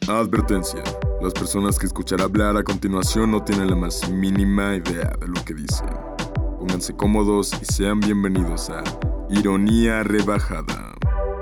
Advertencia. Las personas que escuchará hablar a continuación no tienen la más mínima idea de lo que dicen. Pónganse cómodos y sean bienvenidos a Ironía Rebajada.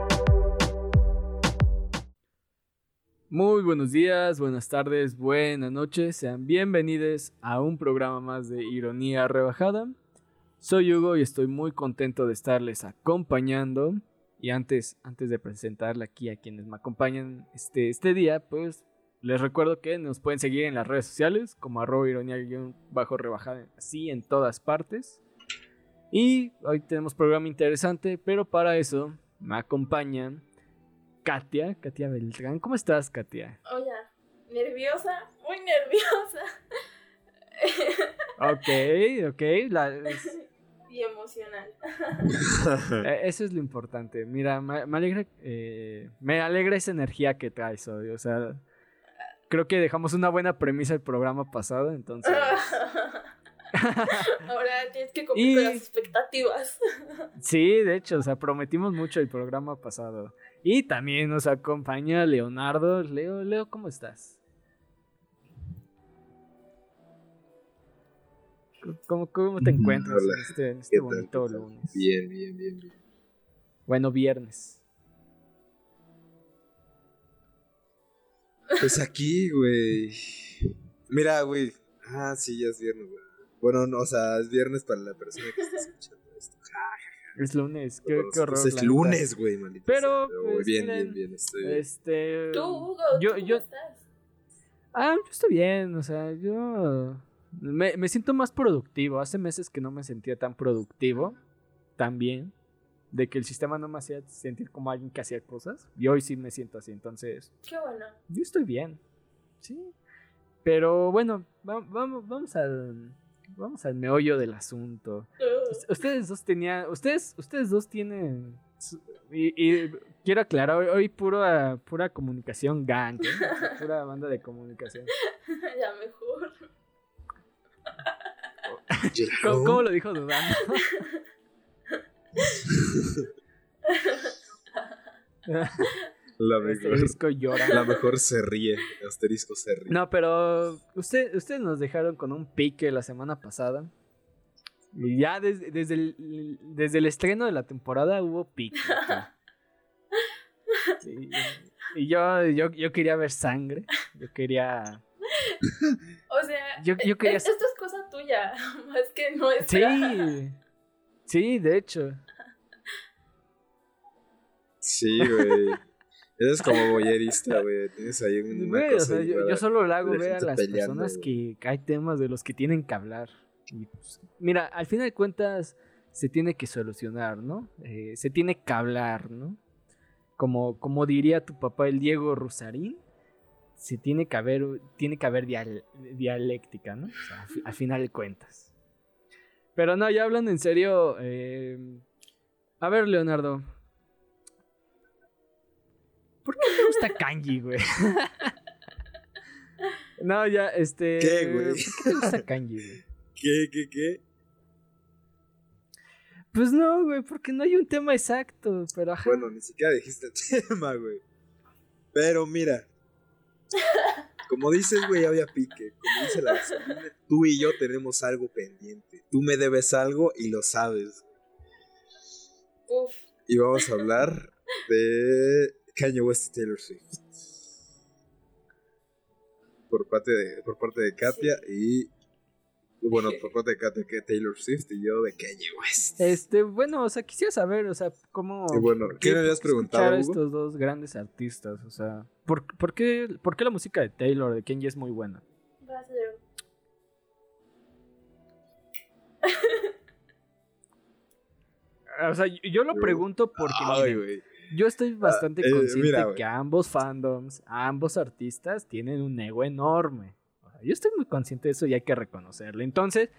Muy buenos días, buenas tardes, buenas noches. Sean bienvenidos a un programa más de Ironía Rebajada. Soy Hugo y estoy muy contento de estarles acompañando. Y antes de presentarle aquí a quienes me acompañan este día, pues les recuerdo que nos pueden seguir en las redes sociales como @ironía_rebajada, así en todas partes. Y hoy tenemos programa interesante, pero para eso me acompañan Katia Beltrán. ¿Cómo estás, Katia? Oye, nerviosa, muy nerviosa. Ok. Y emocional. Eso es lo importante. Mira, me alegra esa energía que traes hoy. O sea, creo que dejamos una buena premisa el programa pasado, entonces. Ahora tienes que cumplir con las expectativas. Sí, de hecho, o sea, prometimos mucho el programa pasado. Y también nos acompaña Leonardo. Leo, ¿cómo estás? ¿Cómo te encuentras en este bonito lunes? Bien. Bueno, viernes. Pues aquí, güey. Mira, güey. Ah, sí, ya es viernes, güey. Bueno, no, o sea, es viernes para la persona que está escuchando esto. Es lunes, qué horror. Es lunes, güey, maldito. Pero, pues, bien. Tú, Hugo, ¿cómo estás? Yo estoy bien, o sea, yo me siento más productivo. Hace meses que no me sentía tan productivo, tan bien, de que el sistema no me hacía sentir como alguien que hacía cosas. Y hoy sí me siento así, entonces. Qué bueno. Yo estoy bien, sí. Pero bueno, vamos al meollo del asunto. Ustedes dos tienen y quiero aclarar, hoy pura comunicación gang, ¿eh? Pura banda de comunicación. Ya mejor. ¿Cómo lo dijo dudando? Asterisco llora. La mejor se ríe. Asterisco se ríe. No, pero ustedes nos dejaron con un pique la semana pasada. Y ya desde el estreno de la temporada hubo pique. Sí, y yo quería ver sangre. Yo quería. O sea, yo quería... esto es cosa tuya, más que nuestra. Sí, de hecho. Sí, güey. Eres como boyerista, güey. Tienes ahí una cosa. O sea, yo solo le hago ver a las peleando, personas que hay temas de los que tienen que hablar. Y, pues, mira, al final de cuentas se tiene que solucionar, ¿no? Se tiene que hablar, ¿no? Como diría tu papá, el Diego Rusarín, tiene que haber dialéctica, ¿no? O sea, al final de cuentas. Pero no, ya hablando en serio, a ver, Leonardo, ¿por qué te gusta Kanji, güey? No, ya, ¿Qué, güey? ¿por qué te gusta Kanji, güey? ¿Qué? Pues no, güey, porque no hay un tema exacto, pero ajá. Bueno, ni siquiera dijiste el tema, güey. Pero mira, como dices, güey, había pique. Como dice la gasolina, tú y yo tenemos algo pendiente. Tú me debes algo y lo sabes. Uf. Y vamos a hablar de Kanye West y Taylor Swift. Por parte de Katia, sí. Y bueno, por parte de Katia, que Taylor Swift, y yo de Kanye West. Bueno, o sea, quisiera saber, o sea, cómo. Y bueno, ¿qué me habías preguntado, Hugo? Estos dos grandes artistas, o sea, ¿por qué la música de Taylor, de Kanye, es muy buena? Vas, Leo. O sea, yo lo pregunto porque güey. Yo estoy bastante consciente mira, que ambos fandoms, ambos artistas tienen un ego enorme. O sea, yo estoy muy consciente de eso y hay que reconocerlo. Entonces,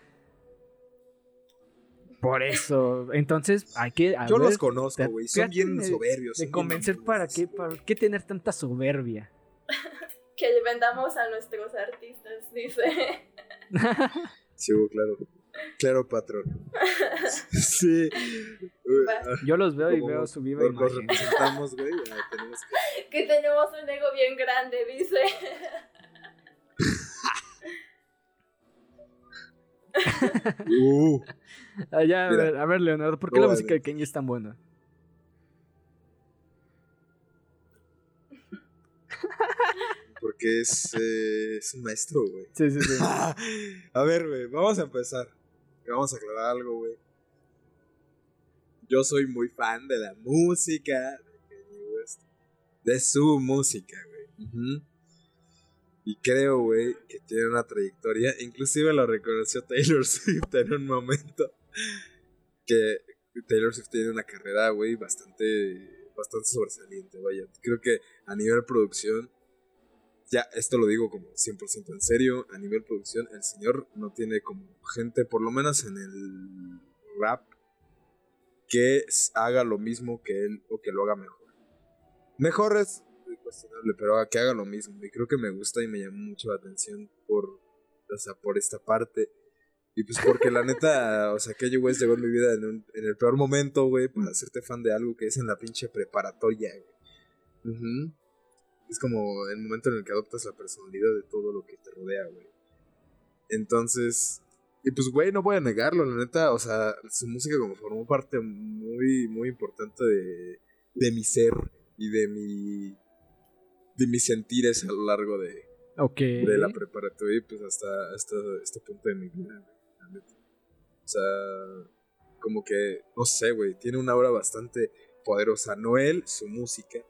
por eso, hay que... Yo los conozco, güey, son bien soberbios. De convencer, ¿para qué tener tanta soberbia? Que vendamos a nuestros artistas, dice. Sí, claro. Claro, patrón. Sí. Yo los veo y veo su viva imagen. Los representamos, güey. Que tenemos un ego bien grande, dice. Ya, Mira, a ver, Leonardo, ¿por qué no, la música de Kanye es tan buena? Porque es un maestro, güey. Sí. A ver, güey, vamos a empezar. Vamos a aclarar algo, güey. Yo soy muy fan de la música de Kanye West. De su música, güey. Ujú. Y creo, güey, que tiene una trayectoria. Inclusive lo reconoció Taylor Swift en un momento. Que Taylor Swift tiene una carrera, güey, bastante sobresaliente, vaya. Creo que a nivel producción, ya esto lo digo como 100% en serio, a nivel producción el señor no tiene como gente, por lo menos en el rap, que haga lo mismo que él o que lo haga mejor. Mejor es cuestionable, pero que haga lo mismo. Y creo que me gusta y me llamó mucho la atención por esta parte. Y pues porque la neta, o sea, Kanye West llegó en mi vida en el peor momento, güey, para hacerte fan de algo que es en la pinche preparatoria, güey. Uh-huh. Es como el momento en el que adoptas la personalidad de todo lo que te rodea, güey. Entonces, y pues, güey, no voy a negarlo, la neta, o sea, su música como formó parte muy, muy importante de mi ser y de mis sentires a lo largo de la preparatoria y pues hasta este punto de mi vida, güey. O sea, como que, no sé, güey, tiene una obra bastante poderosa. Noel, su música.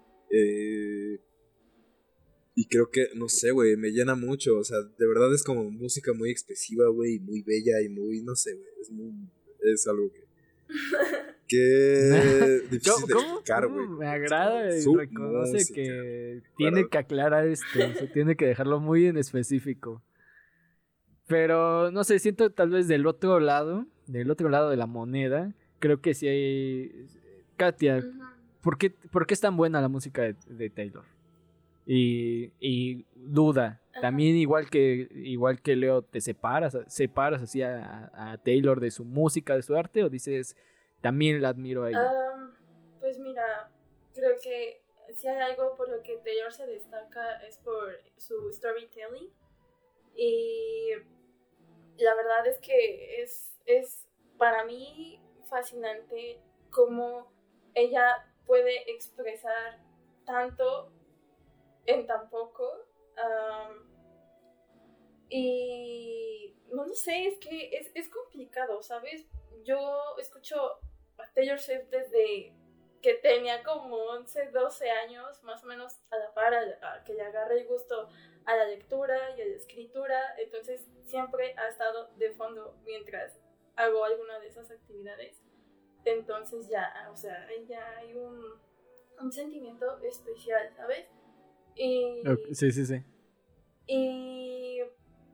Y creo que, no sé, güey, me llena mucho. O sea, de verdad es como música muy expresiva, güey, muy bella y muy, no sé, güey. Es algo que difícil de explicar, güey. Me agrada y reconoce música, que tiene que aclarar esto. Se tiene que dejarlo muy en específico. Pero, no sé, siento tal vez del otro lado de la moneda, creo que sí hay... Katia, ¿por qué es tan buena la música de Taylor? Y duda, también igual que Leo, ¿te separas así a Taylor de su música, de su arte? ¿O dices, también la admiro a ella? Pues mira, creo que si hay algo por lo que Taylor se destaca es por su storytelling. Y la verdad es que es para mí fascinante cómo ella puede expresar tanto en tan poco. Y no lo sé, es que es complicado, ¿sabes? Yo escucho a Taylor Swift desde que tenía como 11, 12 años, más o menos a la par, a que le agarré el gusto a la lectura y a la escritura. Entonces siempre ha estado de fondo mientras hago alguna de esas actividades. Entonces ya, o sea, ya hay un sentimiento especial, ¿sabes? Y, sí. Y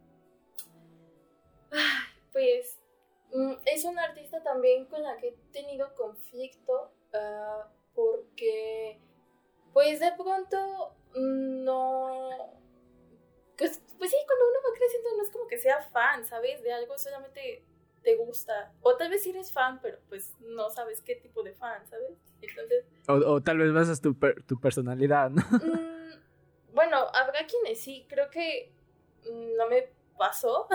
pues es una artista también con la que he tenido conflicto, porque pues de pronto no, pues sí, cuando uno va creciendo no es como que sea fan, ¿sabes? De algo solamente te gusta, o tal vez sí eres fan, pero pues no sabes qué tipo de fan, ¿sabes? Entonces o tal vez basas tu personalidad, ¿no? Bueno, habrá quienes sí, creo que no me pasó,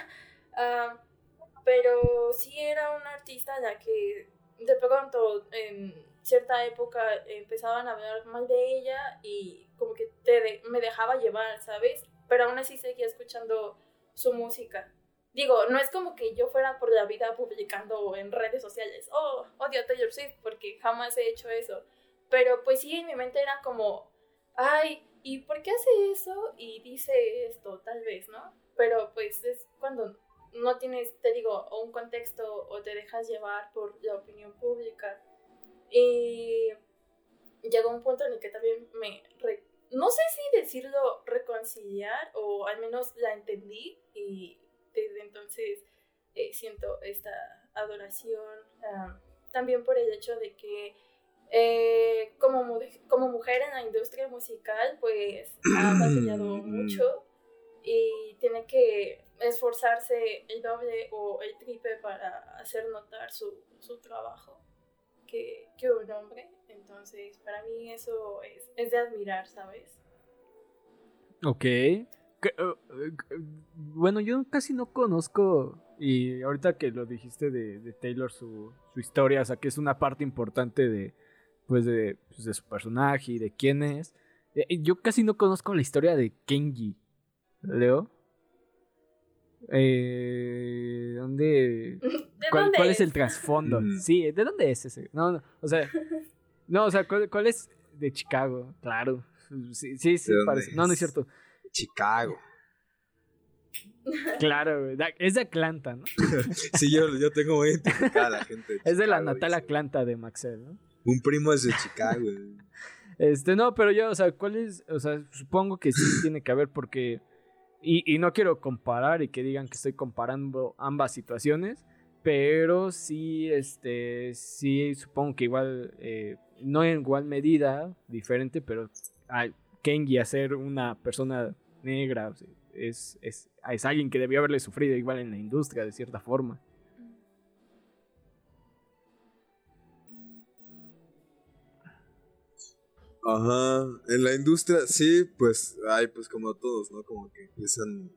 pero sí era una artista en la que de pronto en cierta época empezaban a hablar mal de ella y como que me dejaba llevar, ¿sabes? Pero aún así seguía escuchando su música. Digo, no es como que yo fuera por la vida publicando en redes sociales, oh, odio a Taylor Swift, porque jamás he hecho eso. Pero pues sí, en mi mente era como, ay, ¿y por qué hace eso? Y dice esto, tal vez, ¿no? Pero pues es cuando no tienes, te digo, un contexto o te dejas llevar por la opinión pública. Y llegó un punto en el que también no sé si decirlo reconciliar, o al menos la entendí, y desde entonces siento esta adoración, también por el hecho de que como mujer en la industria musical pues ha batallado mucho y tiene que esforzarse el doble o el triple para hacer notar su trabajo que un hombre. entonces para mí eso es de admirar, ¿sabes? Ok. Bueno, yo casi no conozco, y ahorita que lo dijiste de Taylor, su historia, o sea, que es una parte importante de su personaje y de quién es. Yo casi no conozco la historia de Kenji, ¿Leo? ¿Dónde? ¿De ¿Cuál dónde es el trasfondo? Sí, ¿de dónde es ese? No, o sea, ¿cuál es? De Chicago, claro. Sí, parece. No es cierto. Chicago. Claro, güey. Es de Atlanta, ¿no? Sí, yo tengo muy identificada a la gente de Chicago, Es de la natal dice. Atlanta de Maxell, ¿no? Un primo es de Chicago. No, pero yo, o sea, ¿cuál es? O sea, supongo que sí tiene que haber porque... Y no quiero comparar y que digan que estoy comparando ambas situaciones, pero sí, sí, supongo que igual, no en igual medida, diferente, pero Kenji a ser una persona negra, o sea, es alguien que debió haberle sufrido igual en la industria de cierta forma. Ajá, en la industria, sí, pues, pues como todos, ¿no? Como que empiezan,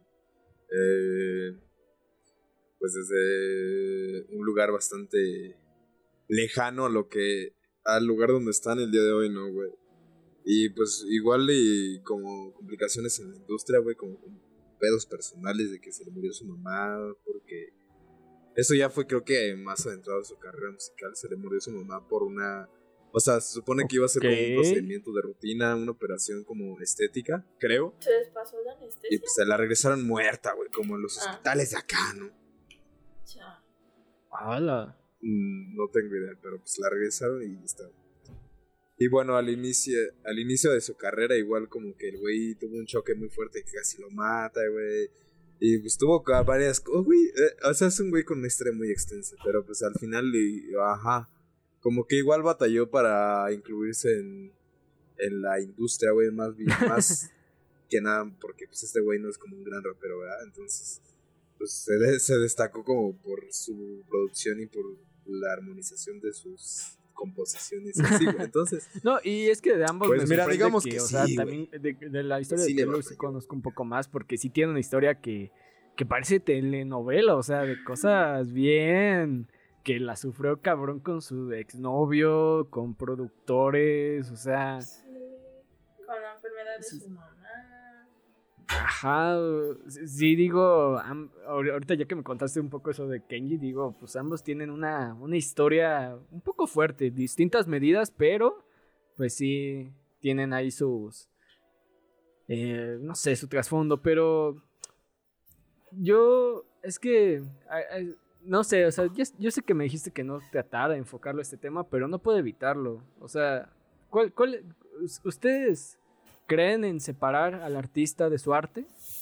pues desde un lugar bastante lejano al lugar donde están el día de hoy, ¿no, güey? Y pues igual y como complicaciones en la industria, güey, como con pedos personales de que se le murió su mamá, porque eso ya fue creo que más adentrado en su carrera musical, se le murió su mamá por una... O sea, se supone que iba a ser como un procedimiento de rutina, una operación como estética, creo. ¿Se les pasó la anestesia? Y pues se la regresaron muerta, güey, como en los hospitales de acá, ¿no? Ya. ¡Hala! No tengo idea, pero pues la regresaron y está. Y bueno, al inicio de su carrera igual como que el güey tuvo un choque muy fuerte que casi lo mata, güey. Y pues tuvo varias cosas, güey. O sea, es un güey con una historia muy extensa, pero pues al final, como que igual batalló para incluirse en la industria, güey, más que nada, porque pues este güey no es como un gran rapero, ¿verdad? Entonces, pues se destacó como por su producción y por la armonización de sus composiciones. Así, güey. Entonces, no, y es que de ambos pues me mira, sorprende digamos que, que o sea, sí, también de la historia sí de Taylor sí conozco un poco más, porque sí tiene una historia que parece telenovela, o sea, de cosas bien, que la sufrió cabrón con su exnovio, con productores, o sea... Sí, con la enfermedad de su mamá. Ajá, sí digo, ahorita ya que me contaste un poco eso de Kenji, digo, pues ambos tienen una historia un poco fuerte, distintas medidas, pero pues sí tienen ahí sus, no sé, su trasfondo, pero yo, es que, no sé, o sea, yo sé que me dijiste que no tratara de enfocarlo a este tema, pero no puedo evitarlo, o sea, ¿ustedes creen en separar al artista de su arte?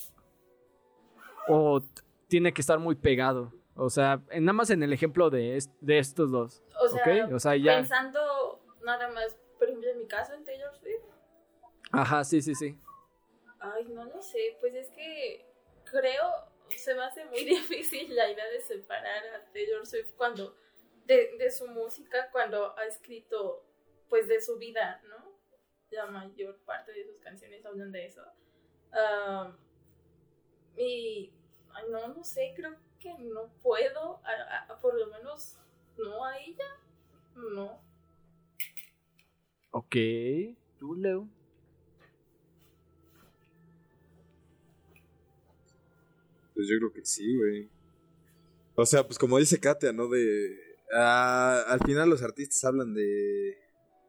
¿O tiene que estar muy pegado? O sea, nada más en el ejemplo de estos dos. O sea, ¿okay? O sea, ya... pensando nada más, por ejemplo, en mi caso, en Taylor Swift. Ajá, sí. Ay, no lo sé, pues es que creo, se me hace muy difícil la idea de separar a Taylor Swift cuando, de su música, cuando ha escrito, pues, de su vida, ¿no? La mayor parte de sus canciones hablan de eso. Y no sé, creo que no puedo, por lo menos no a ella, no. Ok, tú, Leo. Pues yo creo que sí, güey. O sea, pues como dice Katia, ¿no? Al final los artistas hablan de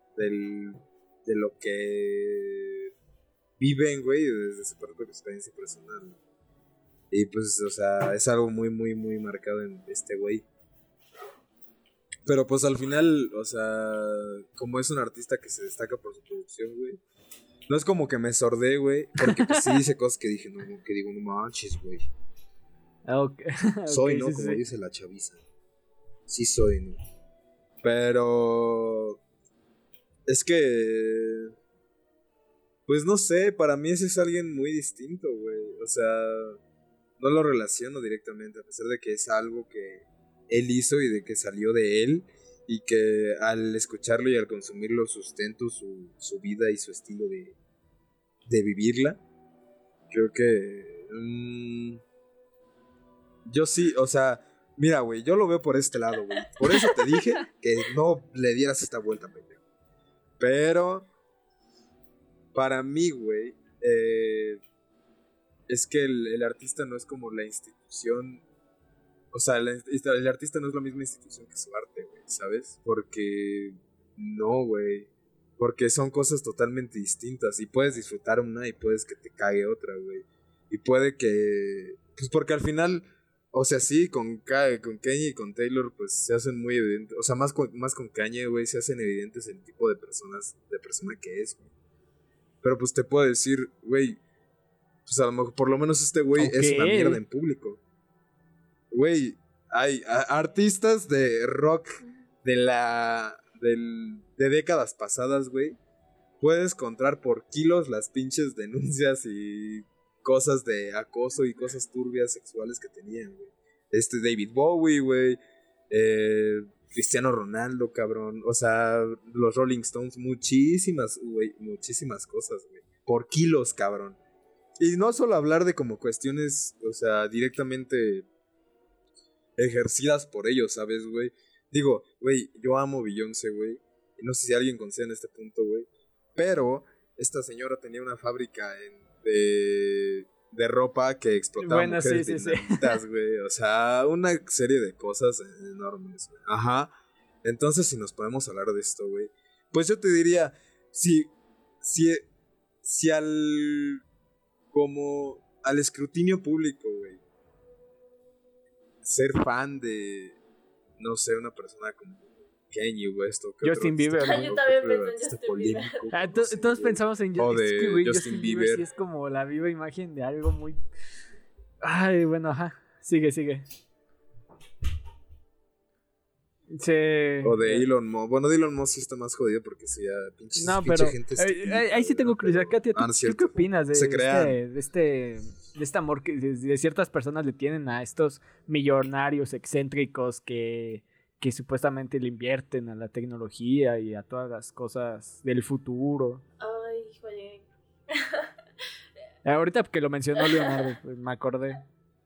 lo que viven, güey, desde su propia experiencia personal. Y pues, o sea, es algo muy, muy, muy marcado en este güey. Pero pues al final, o sea, como es un artista que se destaca por su producción, güey, no es como que me sordé, güey, porque pues sí dice cosas que dije, que digo, no manches, güey. Okay. Soy, okay, ¿no? sí, Como sí. dice la chaviza. Sí soy, ¿no? Pero... es que... pues no sé, para mí ese es alguien muy distinto, güey. O sea, no lo relaciono directamente, a pesar de que es algo que él hizo y de que salió de él. y que al escucharlo y al consumirlo sustento su vida y su estilo de vivirla. Creo que yo sí, o sea, mira, güey, yo lo veo por este lado, güey. Por eso te dije que no le dieras esta vuelta, pendejo. Pero para mí, güey, es que el artista no es como la institución. O sea, el artista no es la misma institución que su arte, güey, ¿sabes? Porque no, güey. Porque son cosas totalmente distintas. Y puedes disfrutar una y puedes que te cague otra, güey. Y puede que... Pues porque al final... O sea, sí, con Kanye y con Taylor, pues se hacen muy evidentes. O sea, más con Kanye, güey, se hacen evidentes el tipo de persona que es, güey. Pero pues te puedo decir, güey, pues a lo mejor, por lo menos este güey es una mierda en público. Güey, hay artistas de rock de décadas pasadas, güey. Puedes encontrar por kilos las pinches denuncias y cosas de acoso y cosas turbias sexuales que tenían, güey. David Bowie, güey. Cristiano Ronaldo, cabrón. O sea, los Rolling Stones, muchísimas cosas, güey. Por kilos, cabrón. Y no solo hablar de como cuestiones, o sea, directamente ejercidas por ellos, ¿sabes, güey? Digo, güey, yo amo Beyoncé, güey. Y no sé si alguien conoce en este punto, güey. Pero esta señora tenía una fábrica de ropa que explotaba mujeres dinamitas, güey. O sea, una serie de cosas enormes, güey. Ajá. Entonces, si nos podemos hablar de esto, güey, pues yo te diría, si al escrutinio público, güey, ser fan de, no sé, una persona como Kanye West o Justin Bieber. Yo también pensé en Justin Bieber. Todos pensamos en Justin Bieber. Sí, es como la viva imagen de algo muy... Ay, bueno, ajá. Sigue. O de Elon Musk. Bueno, de Elon Musk sí está más jodido porque sí, ya pinche gente. Ahí sí tengo curiosidad. Katia, ¿tú qué opinas de este amor que de ciertas personas le tienen a estos millonarios excéntricos que supuestamente le invierten a la tecnología y a todas las cosas del futuro? Ay, joder. Ahorita que lo mencionó Leonardo, pues me acordé.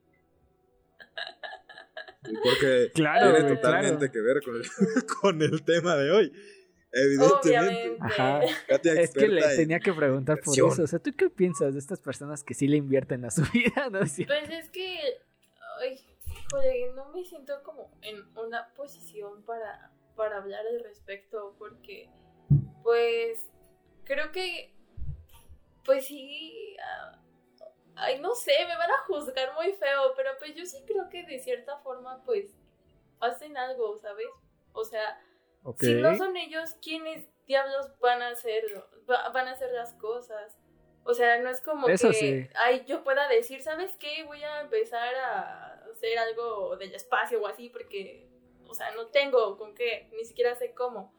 Porque tiene totalmente que ver con el tema de hoy. Evidentemente. Ajá. Es que le tenía que preguntar por eso. O sea, ¿tú qué piensas de estas personas que sí le invierten a su vida? ¿No? Pues es que... Ay, joder, no me siento como en una posición para hablar al respecto. Porque, pues, creo que... Pues sí... Ay, no sé, me van a juzgar muy feo, pero pues yo sí creo que de cierta forma, pues, hacen algo, ¿sabes? O sea, si no son ellos, ¿quiénes diablos van a hacerlo? Van a hacer las cosas. O sea, no es como eso que, sí. ay, yo pueda decir, ¿sabes qué? Voy a empezar a hacer algo del espacio o así, porque, o sea, no tengo con qué, ni siquiera sé cómo.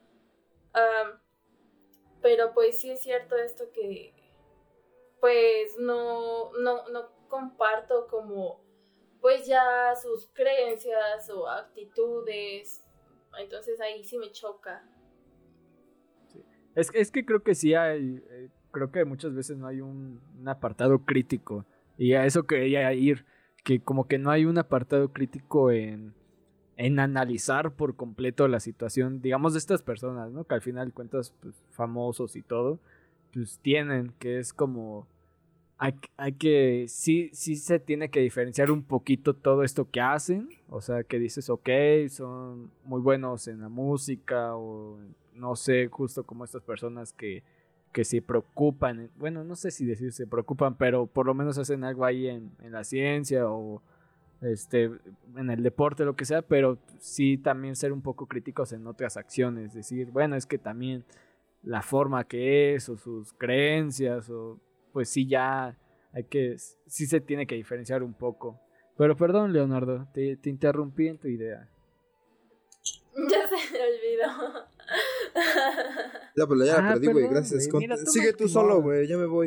Pero pues sí es cierto esto que... pues no comparto como pues ya sus creencias o actitudes, entonces ahí sí me choca. Sí. Es que creo que sí hay, creo que muchas veces no hay un apartado crítico, y a eso quería ir, que como que no hay un apartado crítico en analizar por completo la situación, digamos, de estas personas, ¿no? Que al final cuentas, pues, famosos y todo, pues tienen, que es como hay que sí se tiene que diferenciar un poquito todo esto que hacen, o sea, que dices, ok, son muy buenos en la música, o no sé, justo como estas personas que se preocupan, bueno, no sé si decir se preocupan, pero por lo menos hacen algo ahí en la ciencia o en el deporte, lo que sea, pero sí también ser un poco críticos en otras acciones, decir, bueno, es que también la forma que es, o sus creencias, o pues sí ya sí se tiene que diferenciar un poco. Pero perdón, Leonardo, te interrumpí en tu idea. Ya se me olvidó. Ya, pues ya la perdí, güey, gracias. Mira, sigue tú solo, güey, ya me voy.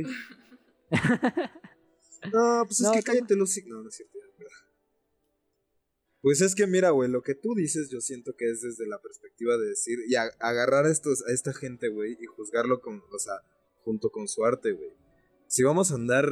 No, pues es que cállate los signos. No, no es cierto, ya, Pues es que mira, güey, lo que tú dices yo siento que es desde la perspectiva de decir y agarrar a esta gente, güey, y juzgarlo junto con su arte, güey. Si vamos a andar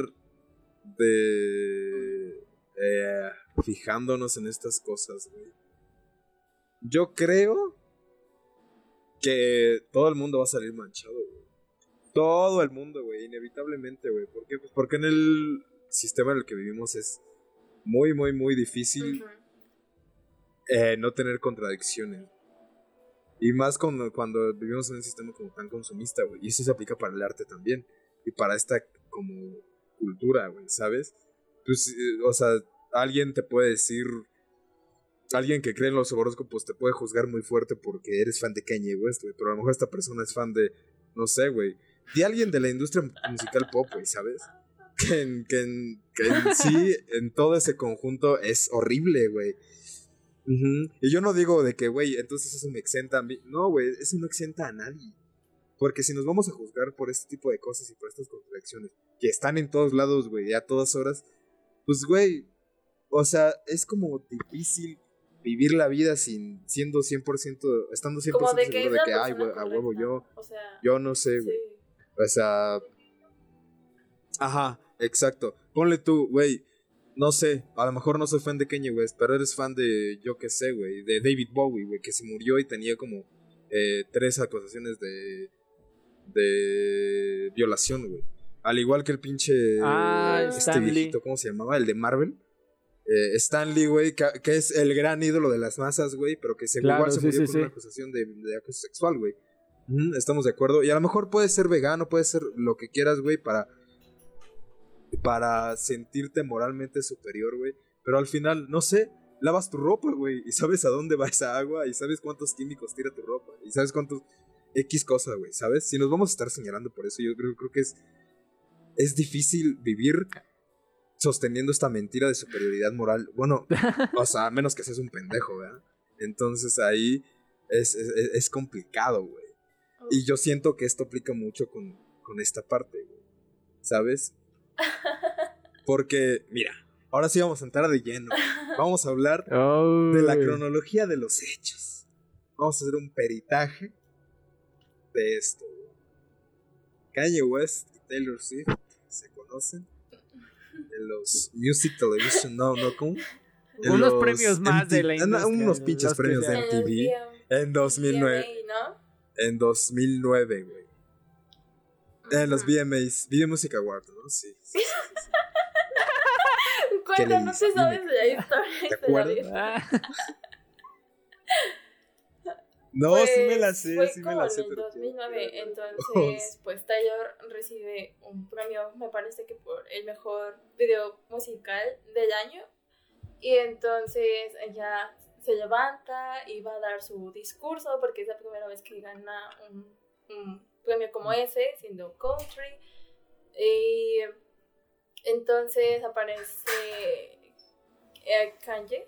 fijándonos en estas cosas, güey. Yo creo que todo el mundo va a salir manchado, güey. Todo el mundo, güey, inevitablemente, güey. ¿Por qué? Pues porque en el sistema en el que vivimos es muy, muy, muy difícil no tener contradicciones. Y más cuando vivimos en un sistema como tan consumista, güey. Y eso se aplica para el arte también. Y para esta como cultura, güey, ¿sabes? Pues, o sea, alguien te puede decir... Alguien que cree en los horóscopos te puede juzgar muy fuerte porque eres fan de Kanye West, güey. Pero a lo mejor esta persona es fan de... No sé, güey. De alguien de la industria musical pop, güey, ¿sabes? Que en sí, en todo ese conjunto es horrible, güey. Y yo no digo de que, güey, entonces eso me exenta a mí. No, güey, eso no exenta a nadie. Porque si nos vamos a juzgar por este tipo de cosas y por estas contradicciones que están en todos lados, güey, a todas horas, pues, güey, o sea, es como difícil vivir la vida estando 100% seguro de que, ay, güey, a huevo, yo no sé, güey. Sí. O sea, ajá, exacto. Ponle tú, güey, no sé, a lo mejor no soy fan de Kanye West, pero eres fan de, yo qué sé, güey, de David Bowie, güey, que se murió y tenía como 3 acusaciones de violación, güey. Al igual que el pinche viejito, ¿cómo se llamaba? El de Marvel. Stan Lee, güey, que es el gran ídolo de las masas, güey, pero que igual se murió por una acusación de acoso sexual, güey. Estamos de acuerdo. Y a lo mejor puedes ser vegano, puedes ser lo que quieras, güey, para sentirte moralmente superior, güey. Pero al final, no sé, lavas tu ropa, güey, y sabes a dónde va esa agua, y sabes cuántos químicos tira tu ropa, y sabes cuántos X cosas, güey, ¿sabes? Si nos vamos a estar señalando por eso, yo creo que es difícil vivir sosteniendo esta mentira de superioridad moral. Bueno, o sea, a menos que seas un pendejo, ¿verdad? Entonces ahí es complicado, güey. Y yo siento que esto aplica mucho con esta parte, güey, ¿sabes? Porque, mira, ahora sí vamos a entrar de lleno. Vamos a hablar de la cronología de los hechos. Vamos a hacer un peritaje de esto, güey. Kanye West y Taylor Swift se conocen en los Music Television, ¿cómo? Unos premios más de la industria. Unos pinches premios de MTV en 2009. ¿no? En 2009, güey. En los VMAs, Video Music Awards, ¿no? Sí. Cuéntanos, no te sabes de la historia. ¿Te acuerdas? No, pues, sí me la sé, en 2009, entonces, pues Taylor recibe un premio, me parece que por el mejor video musical del año. Y entonces ella se levanta y va a dar su discurso, porque es la primera vez que gana un premio como ese, siendo country. Y entonces aparece Kanye.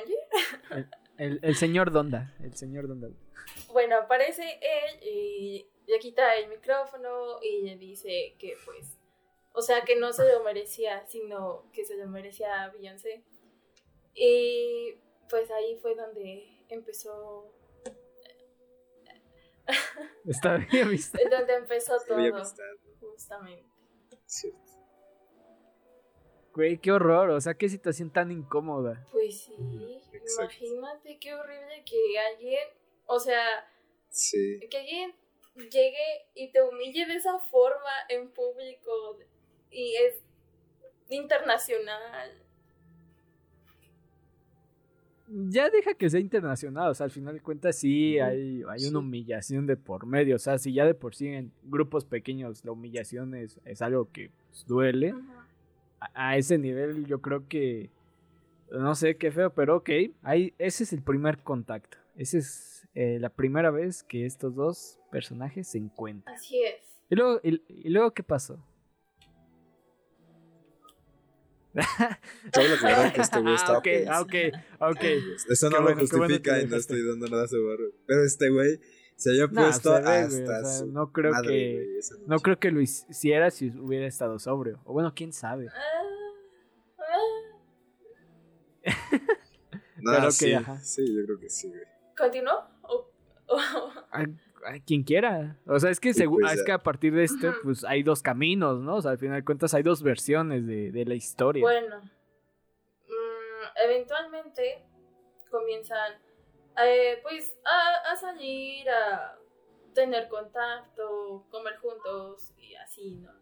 El señor Donda. Bueno, aparece él y le quita el micrófono y le dice que pues, o sea, que no se lo merecía, sino que se lo merecía a Beyoncé. Y pues ahí fue donde empezó... Está bien visto. Donde empezó todo, justamente. Cierto. Güey, qué horror, o sea, qué situación tan incómoda. Pues sí, imagínate qué horrible que alguien, o sea, que alguien llegue y te humille de esa forma en público y es internacional. Ya deja que sea internacional, o sea, al final de cuentas sí hay una humillación de por medio, o sea, si ya de por sí en grupos pequeños la humillación es algo que pues, duele. A ese nivel yo creo que no sé qué feo, pero ok, ese es el primer contacto. Esa es la primera vez que estos dos personajes se encuentran. Así es. ¿Y luego qué pasó? Solo aclarar que este güey estaba ok. Eso no lo justifica y no estoy dando nada a su barro. Pero este güey se había puesto hasta su no creo madre, que güey, no creo que lo hiciera si hubiera estado sobrio. O bueno, quién sabe. Pero sí, ajá. sí, yo creo que sí, güey. ¿Continuó? A quien quiera. O sea, es que, pues, es que a partir de esto, pues hay dos caminos, ¿no? O sea, al final de cuentas hay dos versiones de la historia. Bueno, eventualmente comienzan pues a salir, a tener contacto, comer juntos y así, ¿no?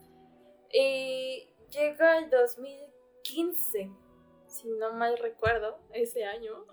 Y llega el 2015, si no mal recuerdo, ese año.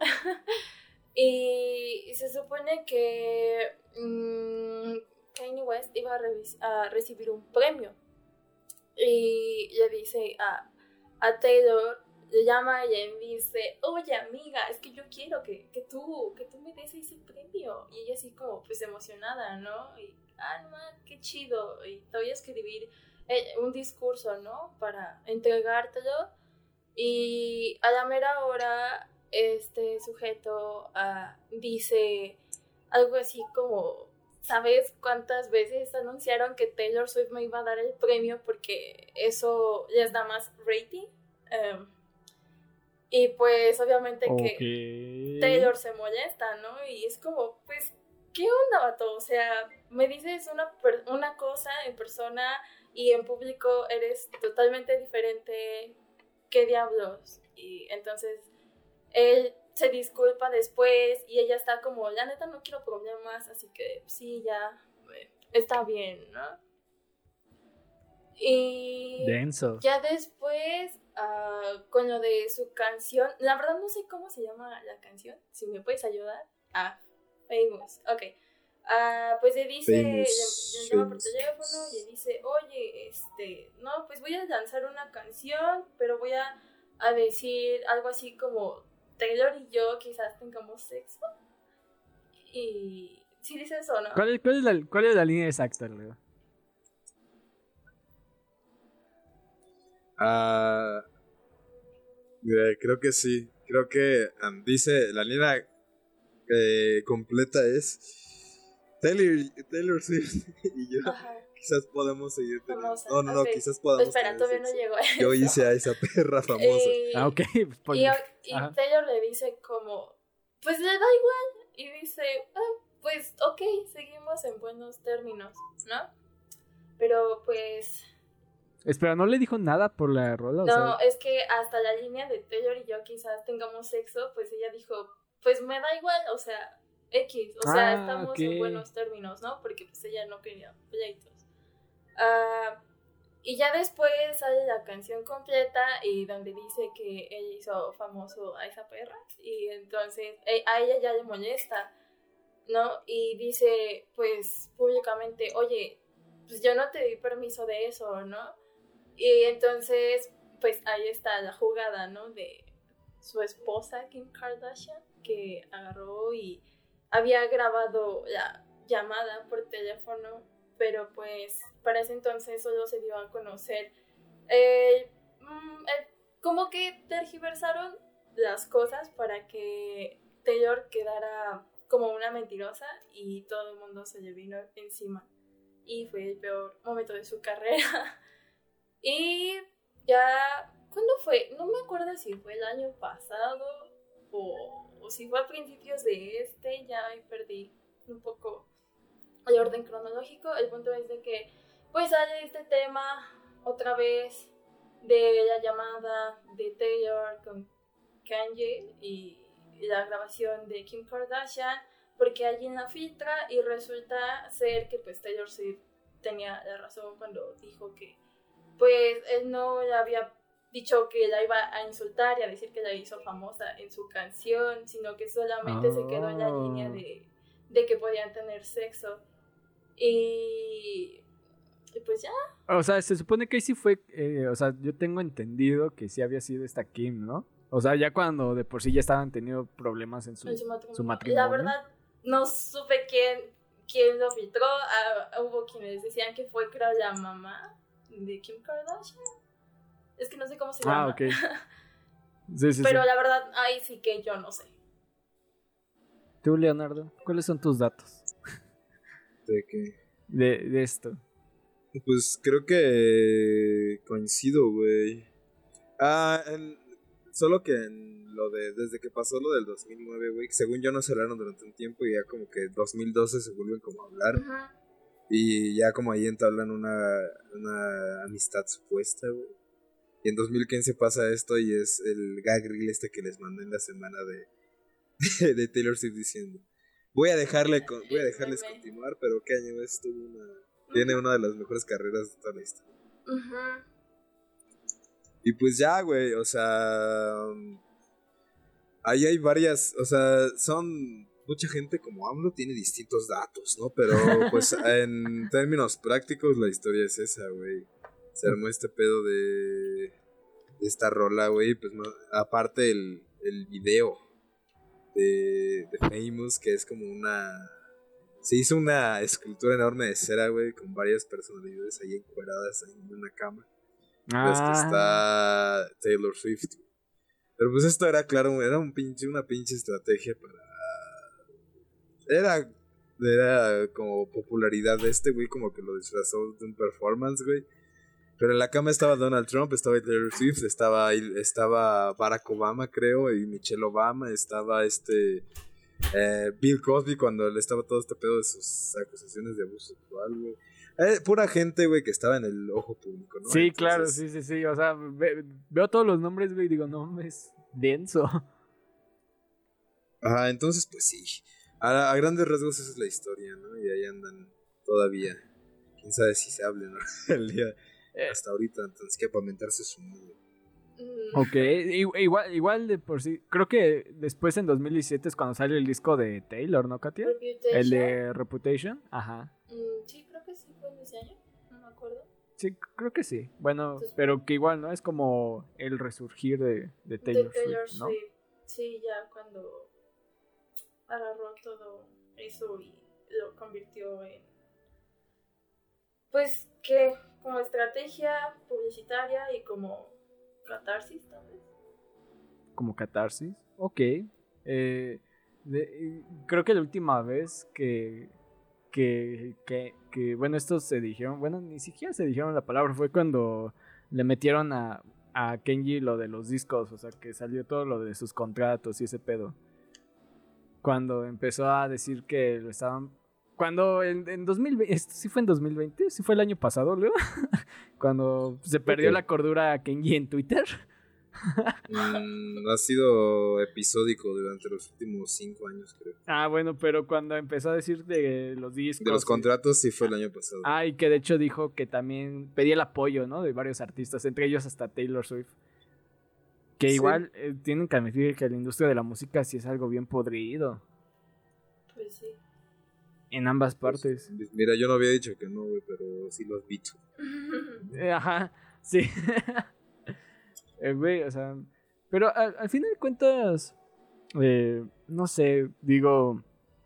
Y se supone que Kanye West iba a recibir un premio. Y le dice a Taylor, le llama y le dice, oye amiga, es que yo quiero que tú me des ese premio. Y ella así como pues emocionada, ¿no? Y no, qué chido. Y te voy a escribir un discurso, ¿no? Para entregártelo. Y a la mera hora este sujeto dice algo así como, ¿sabes cuántas veces anunciaron que Taylor Swift me iba a dar el premio porque eso les da más rating? Y pues obviamente que Taylor se molesta, ¿no? Y es como, pues, ¿qué onda, vato? O sea, me dices una cosa en persona y en público eres totalmente diferente. ¿Qué diablos? Y entonces él se disculpa después y ella está como, la neta no quiero problemas, así que sí, ya está bien, ¿no? Y denso. Ya después, con lo de su canción, la verdad no sé cómo se llama la canción, si me puedes ayudar. Famous, ok. Pues le dice, le llama por teléfono y le dice, oye, no, pues voy a lanzar una canción, pero voy a decir algo así como Taylor y yo quizás tengamos sexo. Y sí dice eso, ¿no? ¿Cuál es la línea exacta, Leo? Creo que sí. Creo que dice la línea completa es Taylor Swift y yo. Ajá. Quizás podemos seguir teniendo. No, okay. Quizás podamos. Espera, todavía no llegó a eso. Yo hice a esa perra famosa. Ok. Pues, y Taylor le dice como, pues le da igual. Y dice, pues ok, seguimos en buenos términos, ¿no? Pero pues... Espera, ¿no le dijo nada por la rola? No, es que hasta la línea de Taylor y yo quizás tengamos sexo, pues ella dijo, pues me da igual, o sea, X, o sea, estamos en buenos términos, ¿no? Porque pues ella no quería pleitos. Y ya después sale la canción completa y donde dice que él hizo famoso a esa perra y entonces a ella ya le molesta, ¿no? Y dice pues públicamente, oye, pues yo no te di permiso de eso, ¿no? Y entonces pues ahí está la jugada, ¿no? De su esposa Kim Kardashian, que agarró y había grabado la llamada por teléfono, pero pues para ese entonces solo se dio a conocer como que tergiversaron las cosas para que Taylor quedara como una mentirosa y todo el mundo se le vino encima y fue el peor momento de su carrera. Y ya, ¿cuándo fue? No me acuerdo si fue el año pasado o si fue a principios de ya perdí un poco el orden cronológico. El punto es de que pues sale este tema otra vez de la llamada de Taylor con Kanye y la grabación de Kim Kardashian, porque alguien la filtra y resulta ser que pues Taylor Swift tenía la razón cuando dijo que pues él no le había dicho que la iba a insultar y a decir que la hizo famosa en su canción, sino que solamente se quedó en la línea de que podían tener sexo. Y pues ya. O sea, se supone que sí fue, o sea, yo tengo entendido que sí había sido esta Kim, ¿no? O sea, ya cuando de por sí ya estaban teniendo problemas en su matrimonio. La verdad, no supe quién lo filtró. Hubo quienes decían que fue, creo, la mamá de Kim Kardashian. Es que no sé cómo se llama. Ok. Sí. Pero la verdad, ahí sí que yo no sé. Tú, Leonardo, ¿cuáles son tus datos? ¿De qué? De esto. Pues creo que coincido, güey. Solo que en desde que pasó lo del 2009, güey, según yo no se hablaron durante un tiempo y ya como que 2012 se vuelven como a hablar. Ajá. Y ya como ahí entablan una amistad supuesta, güey. Y en 2015 pasa esto y es el gag reel este que les mandé en la semana de Taylor Swift diciendo: voy a dejarles continuar, pero qué año es, tiene una de las mejores carreras de toda la historia. Ajá. Y pues ya, güey, o sea, ahí hay varias, o sea, son mucha gente como AMLO tiene distintos datos, ¿no? Pero pues en términos prácticos la historia es esa, güey. Se armó este pedo de esta rola, güey, pues no, aparte el video de Famous, que es como se hizo una escultura enorme de cera, güey, con varias personalidades ahí encueradas en una cama. Las que está Taylor Swift. Pero pues esto era claro, era una pinche estrategia era como popularidad de este güey, como que lo disfrazó de un performance, güey. Pero en la cama estaba Donald Trump, estaba Taylor Swift, estaba Barack Obama, creo, y Michelle Obama, estaba Bill Cosby cuando le estaba todo este pedo de sus acusaciones de abuso sexual, güey. Pura gente, güey, que estaba en el ojo público, ¿no? Sí, Entonces, claro, sí. O sea, veo todos los nombres, güey, y digo, no, es denso. Ajá, entonces, pues sí. A grandes rasgos esa es la historia, ¿no? Y ahí andan todavía. Quién sabe si se hablen, ¿no? El día hasta ahorita, entonces que para mentarse su mundo. Ok, igual de por sí. Creo que después en 2017 es cuando sale el disco de Taylor, ¿no, Katia? Reputation. El de Reputation, ajá. Sí, creo que sí fue en ese año, no me acuerdo. Sí, creo que sí. Bueno, Entonces, pero que igual, ¿no? Es como el resurgir de Taylor, Swift, ¿no? Sí, ya cuando agarró todo eso y lo convirtió en, pues, que como estrategia publicitaria y como catarsis, tal vez. Como catarsis. Ok. Creo que la última vez que bueno, estos se dijeron, bueno, ni siquiera se dijeron la palabra, fue cuando le metieron a Kenji lo de los discos, o sea, que salió todo lo de sus contratos y ese pedo. Cuando empezó a decir que lo estaban... Cuando en 2020, ¿esto sí fue en 2020? ¿Sí fue el año pasado, Leo? Cuando se perdió la cordura a Kenji en Twitter. Ha sido episódico durante los últimos 5 años, creo. Bueno, pero cuando empezó a decir de los discos... De los contratos sí fue el año pasado. Y que de hecho dijo que también pedía el apoyo, ¿no? De varios artistas, entre ellos hasta Taylor Swift. Que igual tienen que admitir que la industria de la música sí es algo bien podrido. Pues sí. En ambas partes. Pues, mira, yo no había dicho que no, güey, pero sí lo has visto. Ajá, sí. Güey, o sea... Pero al final de cuentas... no sé, digo...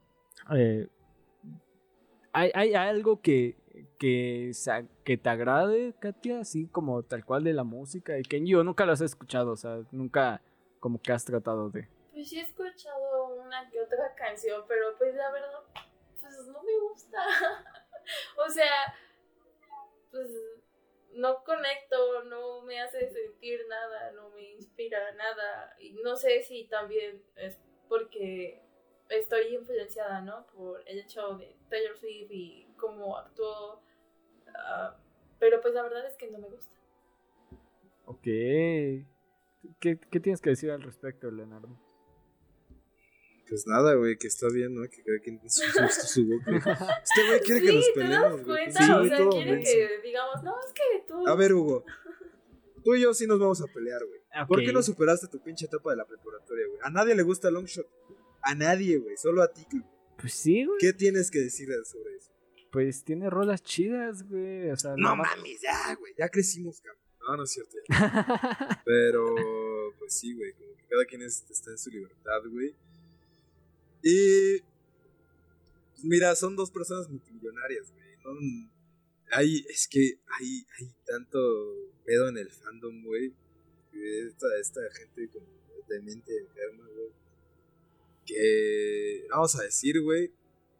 ¿hay algo que te agrade, Katia? Así como tal cual de la música de Kenji, o nunca lo has escuchado, o sea, nunca como que has tratado de... Pues sí he escuchado una que otra canción, pero pues la verdad, pues no me gusta. O sea, pues no conecto, no me hace sentir nada, no me inspira nada. Y no sé si también es porque estoy influenciada, ¿no? Por el hecho de Taylor Swift y cómo actuó. Pero pues la verdad es que no me gusta. Ok. ¿Qué tienes que decir al respecto, Leonardo? Pues nada, güey, que está bien, ¿no? Que cada quien su boca. Este güey quiere que nos peleemos, güey. Sí, o sea, quiere que digamos, no, es que tú... A ver, Hugo, tú y yo sí nos vamos a pelear, güey. Okay. ¿Por qué no superaste tu pinche etapa de la preparatoria, güey? A nadie le gusta Longshot. A nadie, güey, solo a ti. Pues sí, güey. ¿Qué tienes que decir sobre eso? Pues tiene rolas chidas, güey. O sea, no mames, ya, güey, ya crecimos, cabrón. No es cierto. Ya. Pero, pues sí, güey, como que cada quien está en su libertad, güey. Y pues mira, son dos personas multimillonarias, güey. ¿No? Es que hay tanto pedo en el fandom, güey. Esta gente como de mente enferma, güey. Que vamos a decir, güey,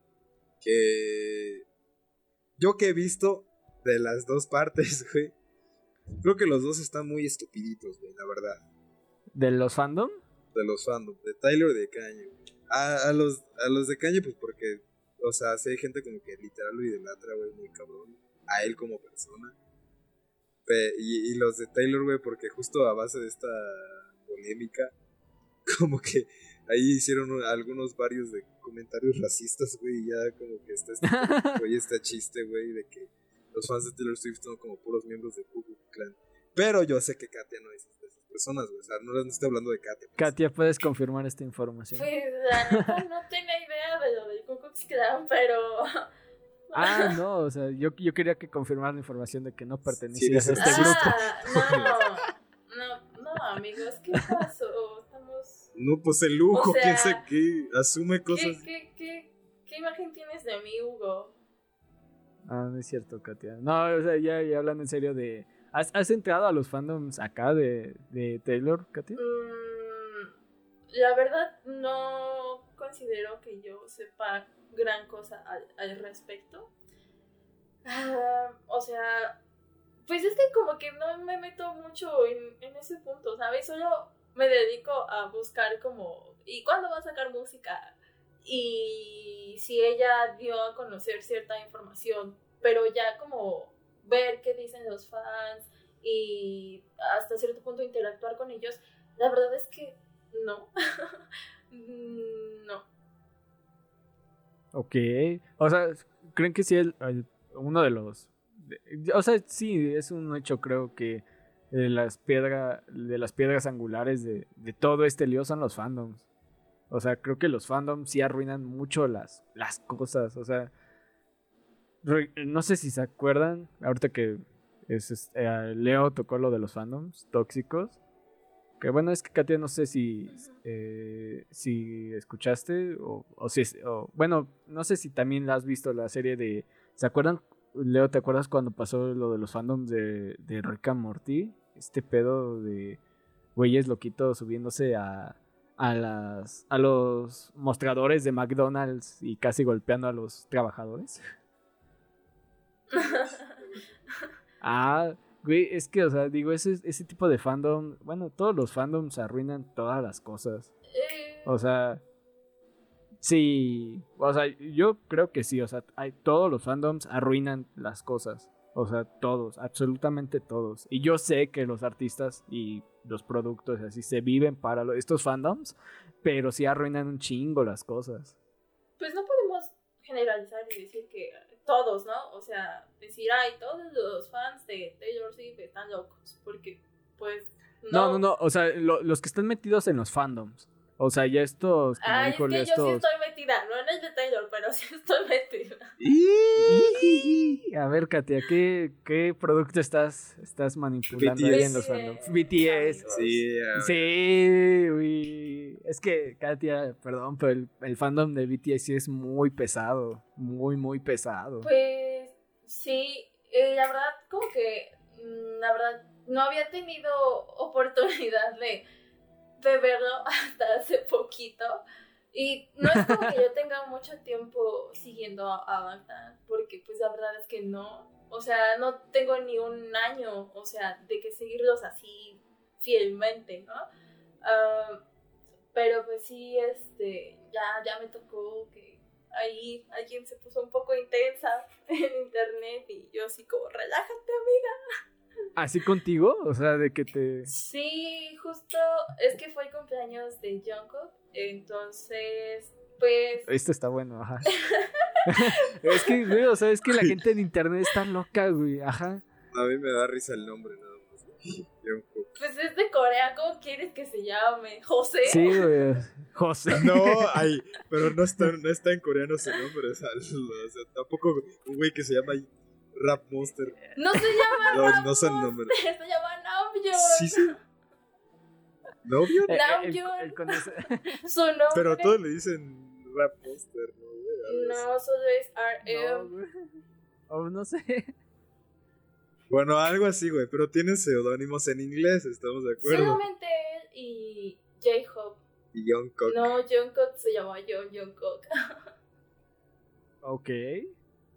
que yo que he visto de las dos partes, güey, creo que los dos están muy estupiditos, güey, la verdad. ¿De los fandom? De los fandom, de Tyler y de Kanye. A los de Kanye, pues porque, o sea, sí hay gente como que literal lo idolatra, güey, muy cabrón. A él como persona. Y los de Taylor, güey, porque justo a base de esta polémica, como que ahí hicieron varios de comentarios racistas, güey, y ya como que está este chiste, güey, de que los fans de Taylor Swift son como puros miembros de Ku Klux Klan. Pero yo sé que Katia no es de esas personas, güey, o sea, no estoy hablando de Katia. Pues. Katia, ¿puedes confirmar esta información? Pues la neta no tenía idea de lo del Ku Klux Klan, pero... Ah, no, o sea, yo quería que confirmara la información de que no pertenecías a este grupo. No, amigos, ¿qué pasó? Estamos... No, pues el lujo, o sea, quién sabe qué, asume cosas. ¿Qué imagen tienes de mí, Hugo? Ah, no es cierto, Katia. No, o sea, ya hablando en serio de... ¿Has entrado a los fandoms acá de Taylor, Katia? La verdad, no considero que yo sepa gran cosa al respecto. O sea, pues es que como que no me meto mucho en ese punto, ¿sabes? Solo me dedico a buscar como, ¿y cuándo va a sacar música? Y si ella dio a conocer cierta información, pero ya como ver qué dicen los fans y hasta cierto punto interactuar con ellos, la verdad es que no. No. Ok, o sea, ¿creen que sí uno de los... o sea, sí, es un hecho, creo que de las piedras angulares de todo este lío son los fandoms. O sea, creo que los fandoms sí arruinan mucho las cosas, o sea... no sé si se acuerdan, ahorita que Leo tocó lo de los fandoms tóxicos. Que bueno, es que Katia, no sé si escuchaste bueno, no sé si también has visto la serie de... ¿Se acuerdan, Leo, te acuerdas cuando pasó lo de los fandoms de Rick and Morty? Este pedo de güeyes loquitos subiéndose a los mostradores de McDonald's y casi golpeando a los trabajadores. Güey, es que, o sea, digo, ese tipo de fandom... Bueno, todos los fandoms arruinan todas las cosas. O sea... Sí... O sea, yo creo que sí, o sea, todos los fandoms arruinan las cosas. O sea, todos, absolutamente todos. Y yo sé que los artistas y los productos así se viven para estos fandoms, pero sí arruinan un chingo las cosas. Pues no podemos generalizar y decir que todos, ¿no? O sea, decir, ay, todos los fans de Taylor Swift están locos, porque, pues, no. No, o sea, los que están metidos en los fandoms. O sea, ya estos... Ay, es que yo sí estoy metida, no en el de Taylor, pero sí estoy metida. A ver, Katia, ¿qué producto estás manipulando BTS. ahí en los fandoms? BTS. Sí, uy. Es que, Katia, perdón, pero el fandom de BTS sí es muy pesado. Muy, muy pesado. Pues, sí, la verdad, como que, la verdad, no había tenido oportunidad de verlo hasta hace poquito. Y no es como que yo tenga mucho tiempo siguiendo a Bangtan, porque pues la verdad es que no. O sea, no tengo ni un año, o sea, de que seguirlos así fielmente, ¿no? Pero pues sí, ya me tocó que ahí alguien se puso un poco intensa en internet y yo así como, relájate, amiga. ¿Así contigo? O sea, de que te... Sí, justo, es que fue el cumpleaños de Jungkook, entonces, pues... Esto está bueno, ajá. Es que, güey, o sea, es que la gente en internet está loca, güey, ajá. A mí me da risa el nombre, nada más. Jungkook. Pues es de Corea, ¿cómo quieres que se llame? ¿José? Sí, güey, José. No, pero no está en coreano ese nombre, o sea, tampoco un güey que se llama Rap Monster. No se llama Rap no son nombres. Monster, se llama Namjoon. Sí. ¿Namjoon? Namjoon. Su nombre. Pero todos le dicen Rap Monster, ¿no? No, solo es RM. No sé. Bueno, algo así, güey, pero tienen seudónimos en inglés, ¿estamos de acuerdo? Solamente él y J-Hope. Y Jungkook. No, Jungkook se llama Jungkook. Ok.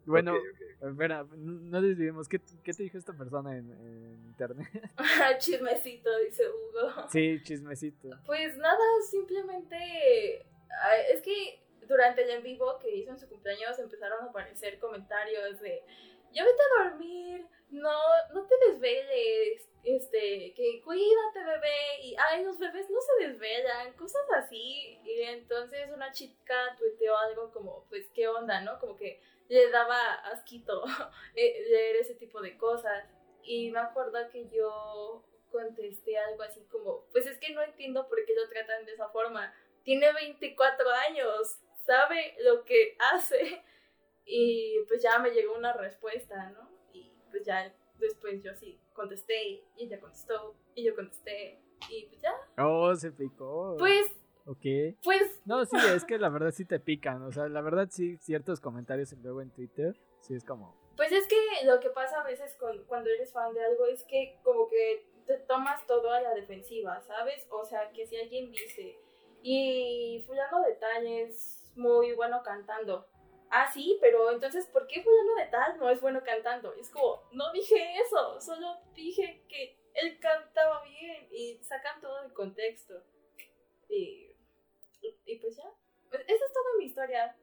Bueno, Ok. espera, no desviemos. ¿Qué te dijo esta persona en internet? Chismecito, dice Hugo. Sí, chismecito. Pues nada, simplemente es que durante el en vivo que hizo en su cumpleaños empezaron a aparecer comentarios de ya vete a dormir, no te desveles, que cuídate bebé, y ay, los bebés no se desvelan, cosas así. Y entonces una chica tuiteó algo como, pues qué onda, ¿no? Como que le daba asquito leer ese tipo de cosas. Y me acuerdo que yo contesté algo así como, pues es que no entiendo por qué lo tratan de esa forma. Tiene 24 años, sabe lo que hace. Y pues ya me llegó una respuesta, ¿no? Y pues ya después yo sí contesté y ella contestó y yo contesté y pues ya. Oh, se picó. Pues, Ok. No, sí, es que la verdad sí te pican. O sea, la verdad sí, ciertos comentarios luego en Twitter, sí es como... Pues es que lo que pasa a veces cuando eres fan de algo es que como que te tomas todo a la defensiva, ¿sabes? O sea, que si alguien dice, y fulano de tal es muy bueno cantando. Ah, sí, pero entonces, ¿por qué fulano de tal no es bueno cantando? Es como, no dije eso, solo dije que él cantaba bien y sacan todo el contexto. Y pues ya, esa es toda mi historia.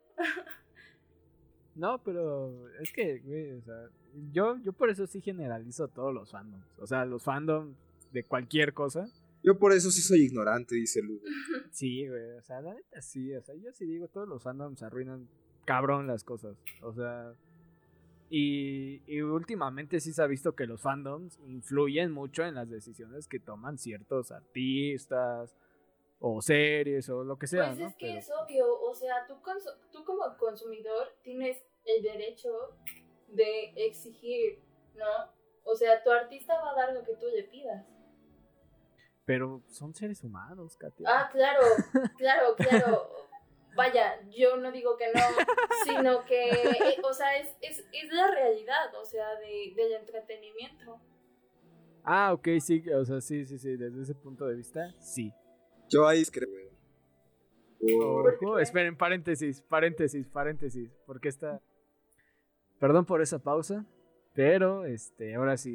No, pero es que, güey, o sea, yo por eso sí generalizo todos los fandoms. O sea, los fandoms de cualquier cosa. Yo por eso sí soy ignorante, dice Lugo. Sí, güey, o sea, la neta sí, o sea, yo sí digo, todos los fandoms arruinan cabrón las cosas. O sea, y últimamente sí se ha visto que los fandoms influyen mucho en las decisiones que toman ciertos artistas o series o lo que sea, Pues ¿no? es que Pero... es obvio, o sea, tú como consumidor tienes el derecho de exigir, ¿no? O sea, tu artista va a dar lo que tú le pidas. Pero son seres humanos, Katia. Ah, claro. Vaya, yo no digo que no, sino que, o sea, es la realidad, o sea, del entretenimiento. Ah, ok, sí, o sea, sí, desde ese punto de vista, sí. Yo ahí creo, güey. Ojo, esperen, paréntesis, porque está... Perdón por esa pausa, pero, ahora sí.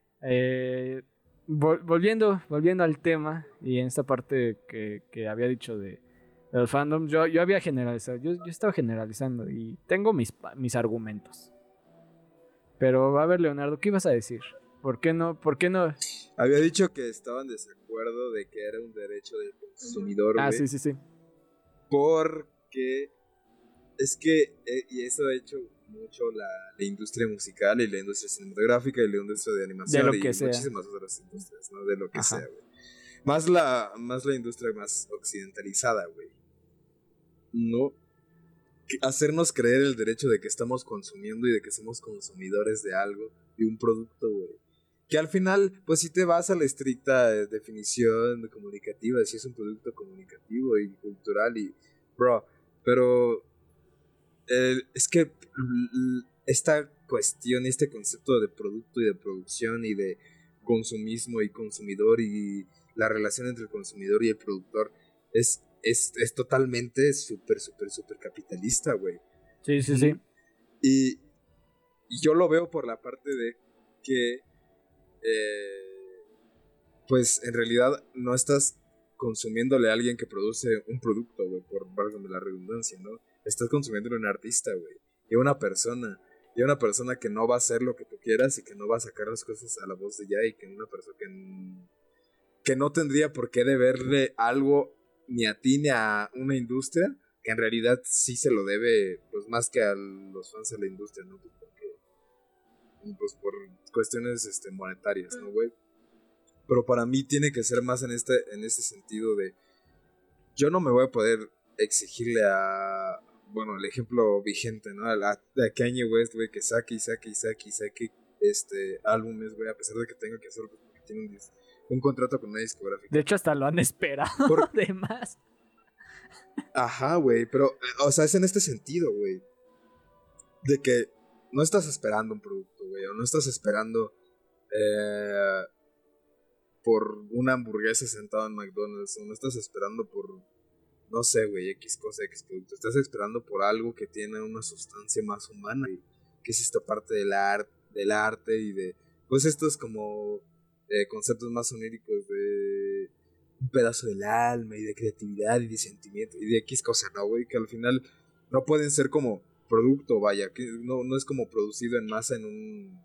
Volviendo al tema, y en esta parte que había dicho de los fandoms, yo había generalizado, yo estaba generalizando y tengo mis argumentos. Pero a ver, Leonardo, ¿qué ibas a decir? ¿Por qué no? Había dicho que estaban en desacuerdo de que era un derecho del consumidor, Ah, güey. sí. Porque es que, y eso ha hecho mucho la industria musical y la industria cinematográfica y la industria de animación De lo y que sea. muchísimas otras industrias, ¿no? De lo que Ajá. sea, güey. Más la industria más occidentalizada, güey. No hacernos creer el derecho de que estamos consumiendo y de que somos consumidores de algo, de un producto, güey. Que al final, pues si te vas a la estricta definición comunicativa, si es un producto comunicativo y cultural y... Bro, pero... es que esta cuestión y este concepto de producto y de producción y de consumismo y consumidor y la relación entre el consumidor y el productor es totalmente súper capitalista, güey. Sí. Y yo lo veo por la parte de que pues en realidad no estás consumiéndole a alguien que produce un producto, güey, por válgame la redundancia, ¿no? Estás consumiéndole a un artista, güey, y a una persona que no va a hacer lo que tú quieras y que no va a sacar las cosas a la voz de ya y que una persona que no tendría por qué deberle algo ni a ti ni a una industria, que en realidad sí se lo debe, pues más que a los fans de la industria, ¿no? Pues por cuestiones monetarias, ¿no, güey? Pero para mí tiene que ser más en este sentido de yo no me voy a poder exigirle a, bueno, el ejemplo vigente, ¿no? A Kanye West, güey, que saque álbumes, güey, a pesar de que tenga que hacerlo porque tiene un contrato con una discográfica. De hecho, hasta lo han esperado de más. Ajá, güey, pero, o sea, es en este sentido, güey, de que no estás esperando un producto, güey, o no estás esperando por una hamburguesa sentado en McDonald's, o no estás esperando por, no sé, güey, X cosa, X producto. Estás esperando por algo que tiene una sustancia más humana, güey, qué es esta parte del arte y de, pues estos como conceptos más oníricos de un pedazo del alma y de creatividad y de sentimiento y de X cosa, ¿no, güey? Que al final no pueden ser como producto, vaya, que no es como producido en masa en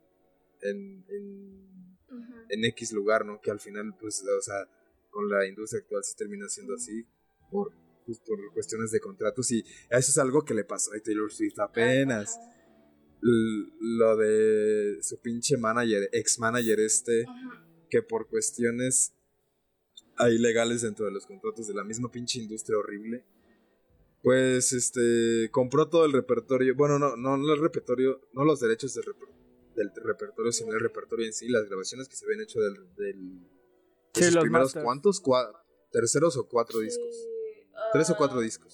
X lugar, ¿no? Que al final, pues, o sea, con la industria actual se termina siendo así por cuestiones de contratos, y eso es algo que le pasó a Taylor Swift apenas. Lo de su pinche ex manager que por cuestiones ilegales dentro de los contratos de la misma pinche industria horrible, pues compró todo el repertorio, bueno, no el repertorio, no los derechos del repertorio, sino el repertorio en sí, las grabaciones que se habían hecho de sí, sus los primeros, masters. ¿cuántos? ¿Terceros o 4 discos? 3 o 4 discos.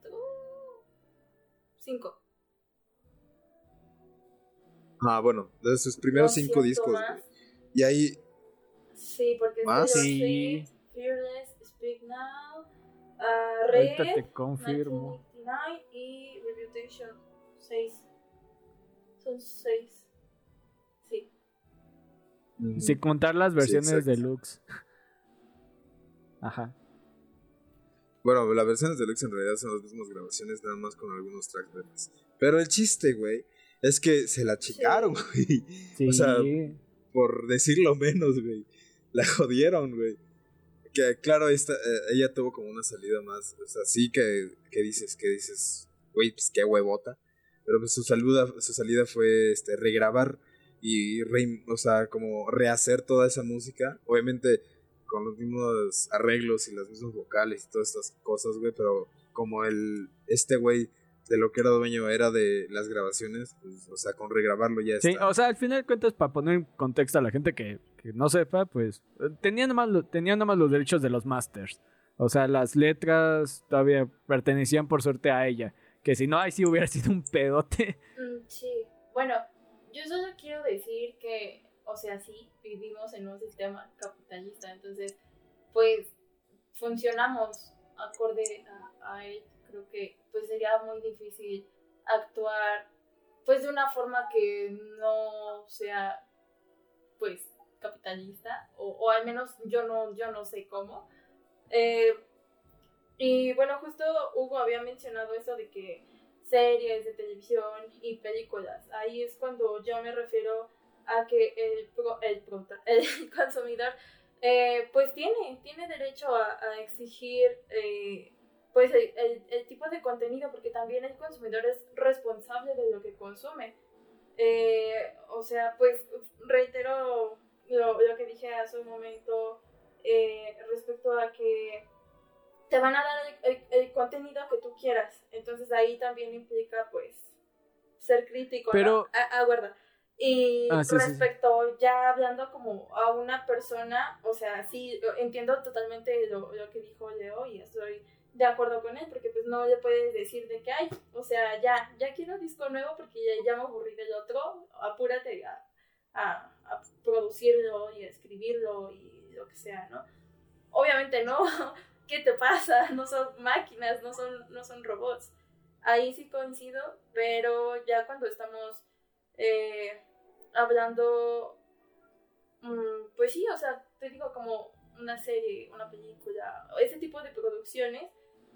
5. Bueno, de sus primeros 5 discos, güey. Y ahí... Sí, porque ¿más? Sí. Fearless, Speak Now, Ahorita Red, te confirmo. 1989 y Reputation. 6. Son 6. Sí. Sin contar las versiones exacto. deluxe. Ajá. Bueno, las versiones deluxe en realidad son las mismas grabaciones, nada más con algunos tracks verdes. Pero el chiste, güey, es que se la chicaron, güey. Sí. O sea, por decirlo menos, güey. La jodieron, güey. Que claro, ella tuvo como una salida más, o sea, sí que dices, güey, pues qué huevota. Pero pues su salida fue regrabar y o sea, como rehacer toda esa música, obviamente con los mismos arreglos y las mismas vocales y todas estas cosas, güey, pero como güey de lo que era dueño era de las grabaciones, pues, o sea, con regrabarlo ya está. Sí, o sea, al final de cuentas, para poner en contexto a la gente que no sepa, pues tenían nada más los derechos de los masters. O sea, las letras todavía pertenecían por suerte a ella. Que si no, ahí sí hubiera sido un pedote. Sí, bueno, yo solo quiero decir que, o sea, sí, vivimos en un sistema capitalista, entonces, pues, funcionamos acorde a él. Creo que, pues, sería muy difícil actuar, pues, de una forma que no sea, pues, capitalista, o al menos yo no sé cómo. Y bueno, justo Hugo había mencionado eso de que series de televisión y películas, ahí es cuando yo me refiero a que el consumidor pues tiene derecho a exigir pues el tipo de contenido, porque también el consumidor es responsable de lo que consume. O sea, pues reitero lo que dije hace un momento respecto a que te van a dar el contenido que tú quieras. Entonces ahí también implica pues ser crítico, pero... ¿no? Aguarda. Y sí, respecto, ya hablando como a una persona, o sea, sí, entiendo totalmente lo que dijo Leo y estoy de acuerdo con él, porque pues no le puedes decir de que hay, o sea, ya quiero un disco nuevo porque ya me aburrí del otro, apúrate a producirlo y a escribirlo y lo que sea, ¿no? Obviamente no. ¿Qué te pasa? No son máquinas, no son robots. Ahí sí coincido, pero ya cuando estamos hablando, pues sí, o sea, te digo, como una serie, una película, ese tipo de producciones,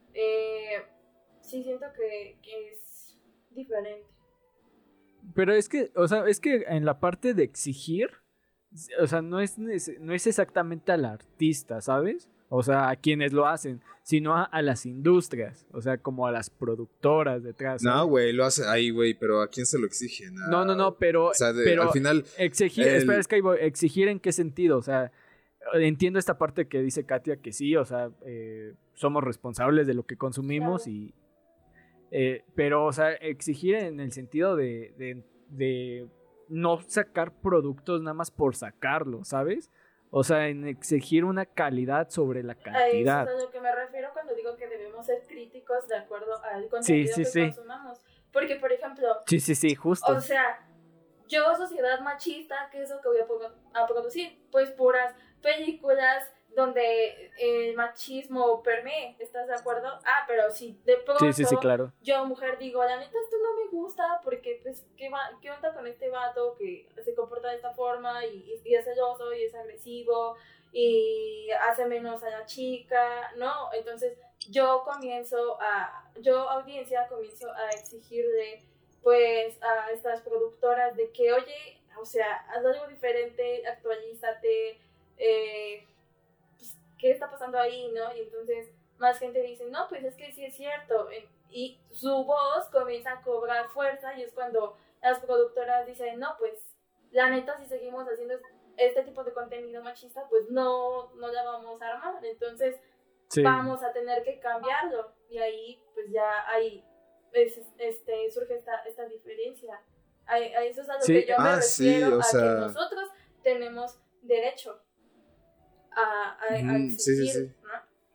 sí siento que es diferente. Pero es que, o sea, en la parte de exigir, o sea, no es exactamente al artista, ¿sabes? O sea, a quienes lo hacen, sino a las industrias, o sea, como a las productoras detrás, ¿sabes? No, güey, lo hace ahí, güey, pero ¿a quién se lo exigen? No, pero, o sea, pero al final... exigir, espera, es que exigir en qué sentido, o sea, entiendo esta parte que dice Katia, que sí, o sea, somos responsables de lo que consumimos, claro. Pero, o sea, exigir en el sentido de no sacar productos nada más por sacarlo, ¿sabes? O sea, en exigir una calidad sobre la cantidad. Eso es a lo que me refiero cuando digo que debemos ser críticos de acuerdo al contenido que consumamos. Porque, por ejemplo... Sí, justo. O sea, yo, sociedad machista, ¿qué es lo que voy a producir? Pues puras películas donde el machismo permee, ¿estás de acuerdo? Pero si de pronto Sí, claro. yo, mujer, digo, la neta, esto no me gusta porque, pues, ¿qué onda con este vato que se comporta de esta forma y es celoso y es agresivo y hace menos a la chica, ¿no? Entonces yo audiencia, comienzo a exigirle, pues, a estas productoras de que, oye, o sea, haz algo diferente, actualízate, pues, ¿qué está pasando ahí, no? Y entonces más gente dice, no, pues es que sí es cierto, y su voz comienza a cobrar fuerza y es cuando las productoras dicen, no, pues la neta, si seguimos haciendo este tipo de contenido machista, pues no la vamos a armar, entonces vamos a tener que cambiarlo, y ahí pues ya ahí surge esta diferencia. A eso es a lo que yo me refiero, sí, que nosotros tenemos derecho a exigir, ¿no?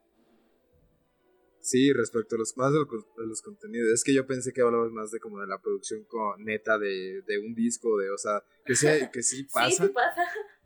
Sí, respecto a los contenidos, es que yo pensé que hablabas más de como de la producción neta de un disco, o sea, que sí pasa. Sí pasa.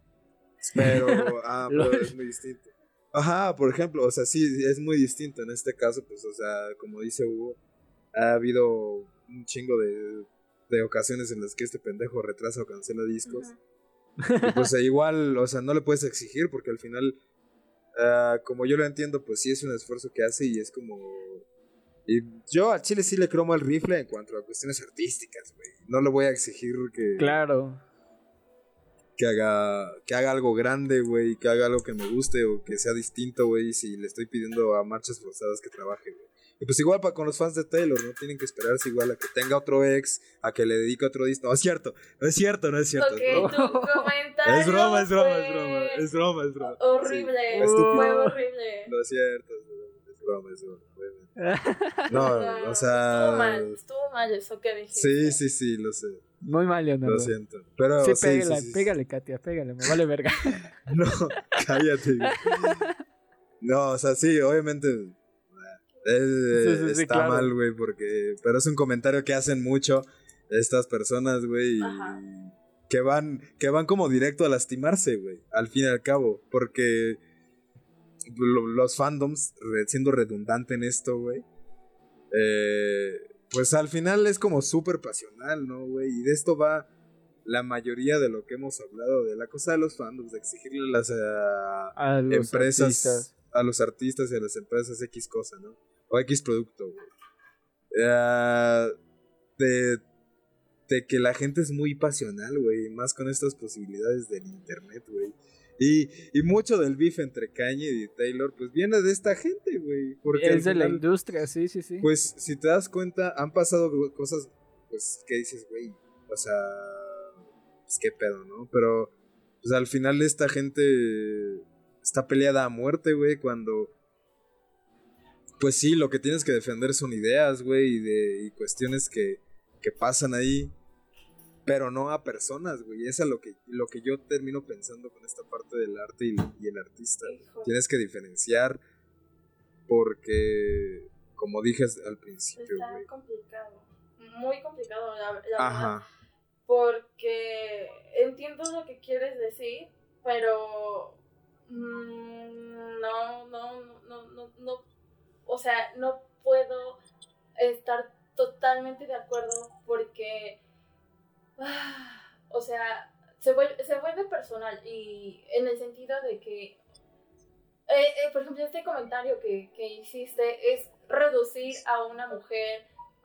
Pero es muy distinto. Ajá, por ejemplo, o sea, sí, es muy distinto en este caso, pues, o sea, como dice Hugo, ha habido un chingo de ocasiones en las que este pendejo retrasa o cancela discos. Uh-huh. Y pues igual, o sea, no le puedes exigir porque al final, como yo lo entiendo, pues sí es un esfuerzo que hace y es como... Y yo a Chile sí le cromo el rifle en cuanto a cuestiones artísticas, güey. No le voy a exigir que... Claro. Que haga algo grande, güey, que haga algo que me guste o que sea distinto, güey, si le estoy pidiendo a Marchas Forzadas que trabaje, güey. Y pues igual con los fans de Taylor, no tienen que esperarse igual a que tenga otro ex, a que le dedique otro disco. No, es cierto. Okay, es broma. Tu comentario es broma. Horrible, estúpido. Fue horrible. No es cierto, es broma. No, o sea... Estuvo mal eso que dijiste. Sí, lo sé. Muy mal, Leonardo. Lo siento. Pero sí, pégale, Katia, pégale, me vale verga. No, cállate. No, o sea, sí, obviamente está claro. Mal, güey, pero es un comentario que hacen mucho estas personas, güey, que van como directo a lastimarse, güey, al fin y al cabo, porque los fandoms, siendo redundante en esto, güey, pues al final es como súper pasional, ¿no, güey? Y de esto va la mayoría de lo que hemos hablado, de la cosa de los fandoms, de exigirle a las empresas, a los artistas y a las empresas X cosa, ¿no? O X producto, güey. De que la gente es muy pasional, güey, más con estas posibilidades del internet, güey. Y mucho del beef entre Kanye y Taylor, pues viene de esta gente, güey. Es de la industria, sí. Pues, si te das cuenta, han pasado cosas, pues, que dices, güey, o sea, pues, qué pedo, ¿no? Pero, pues, al final esta gente está peleada a muerte, güey, cuando, pues sí, lo que tienes que defender son ideas, güey, y cuestiones que pasan ahí. Pero no a personas, güey. Es a lo que yo termino pensando con esta parte del arte y el artista. Tienes que diferenciar porque, como dije al principio, está güey. Complicado. Muy complicado, la verdad. Porque entiendo lo que quieres decir, pero no. O sea, no puedo estar totalmente de acuerdo porque... o sea, se vuelve personal y en el sentido de que por ejemplo, este comentario que hiciste es reducir a una mujer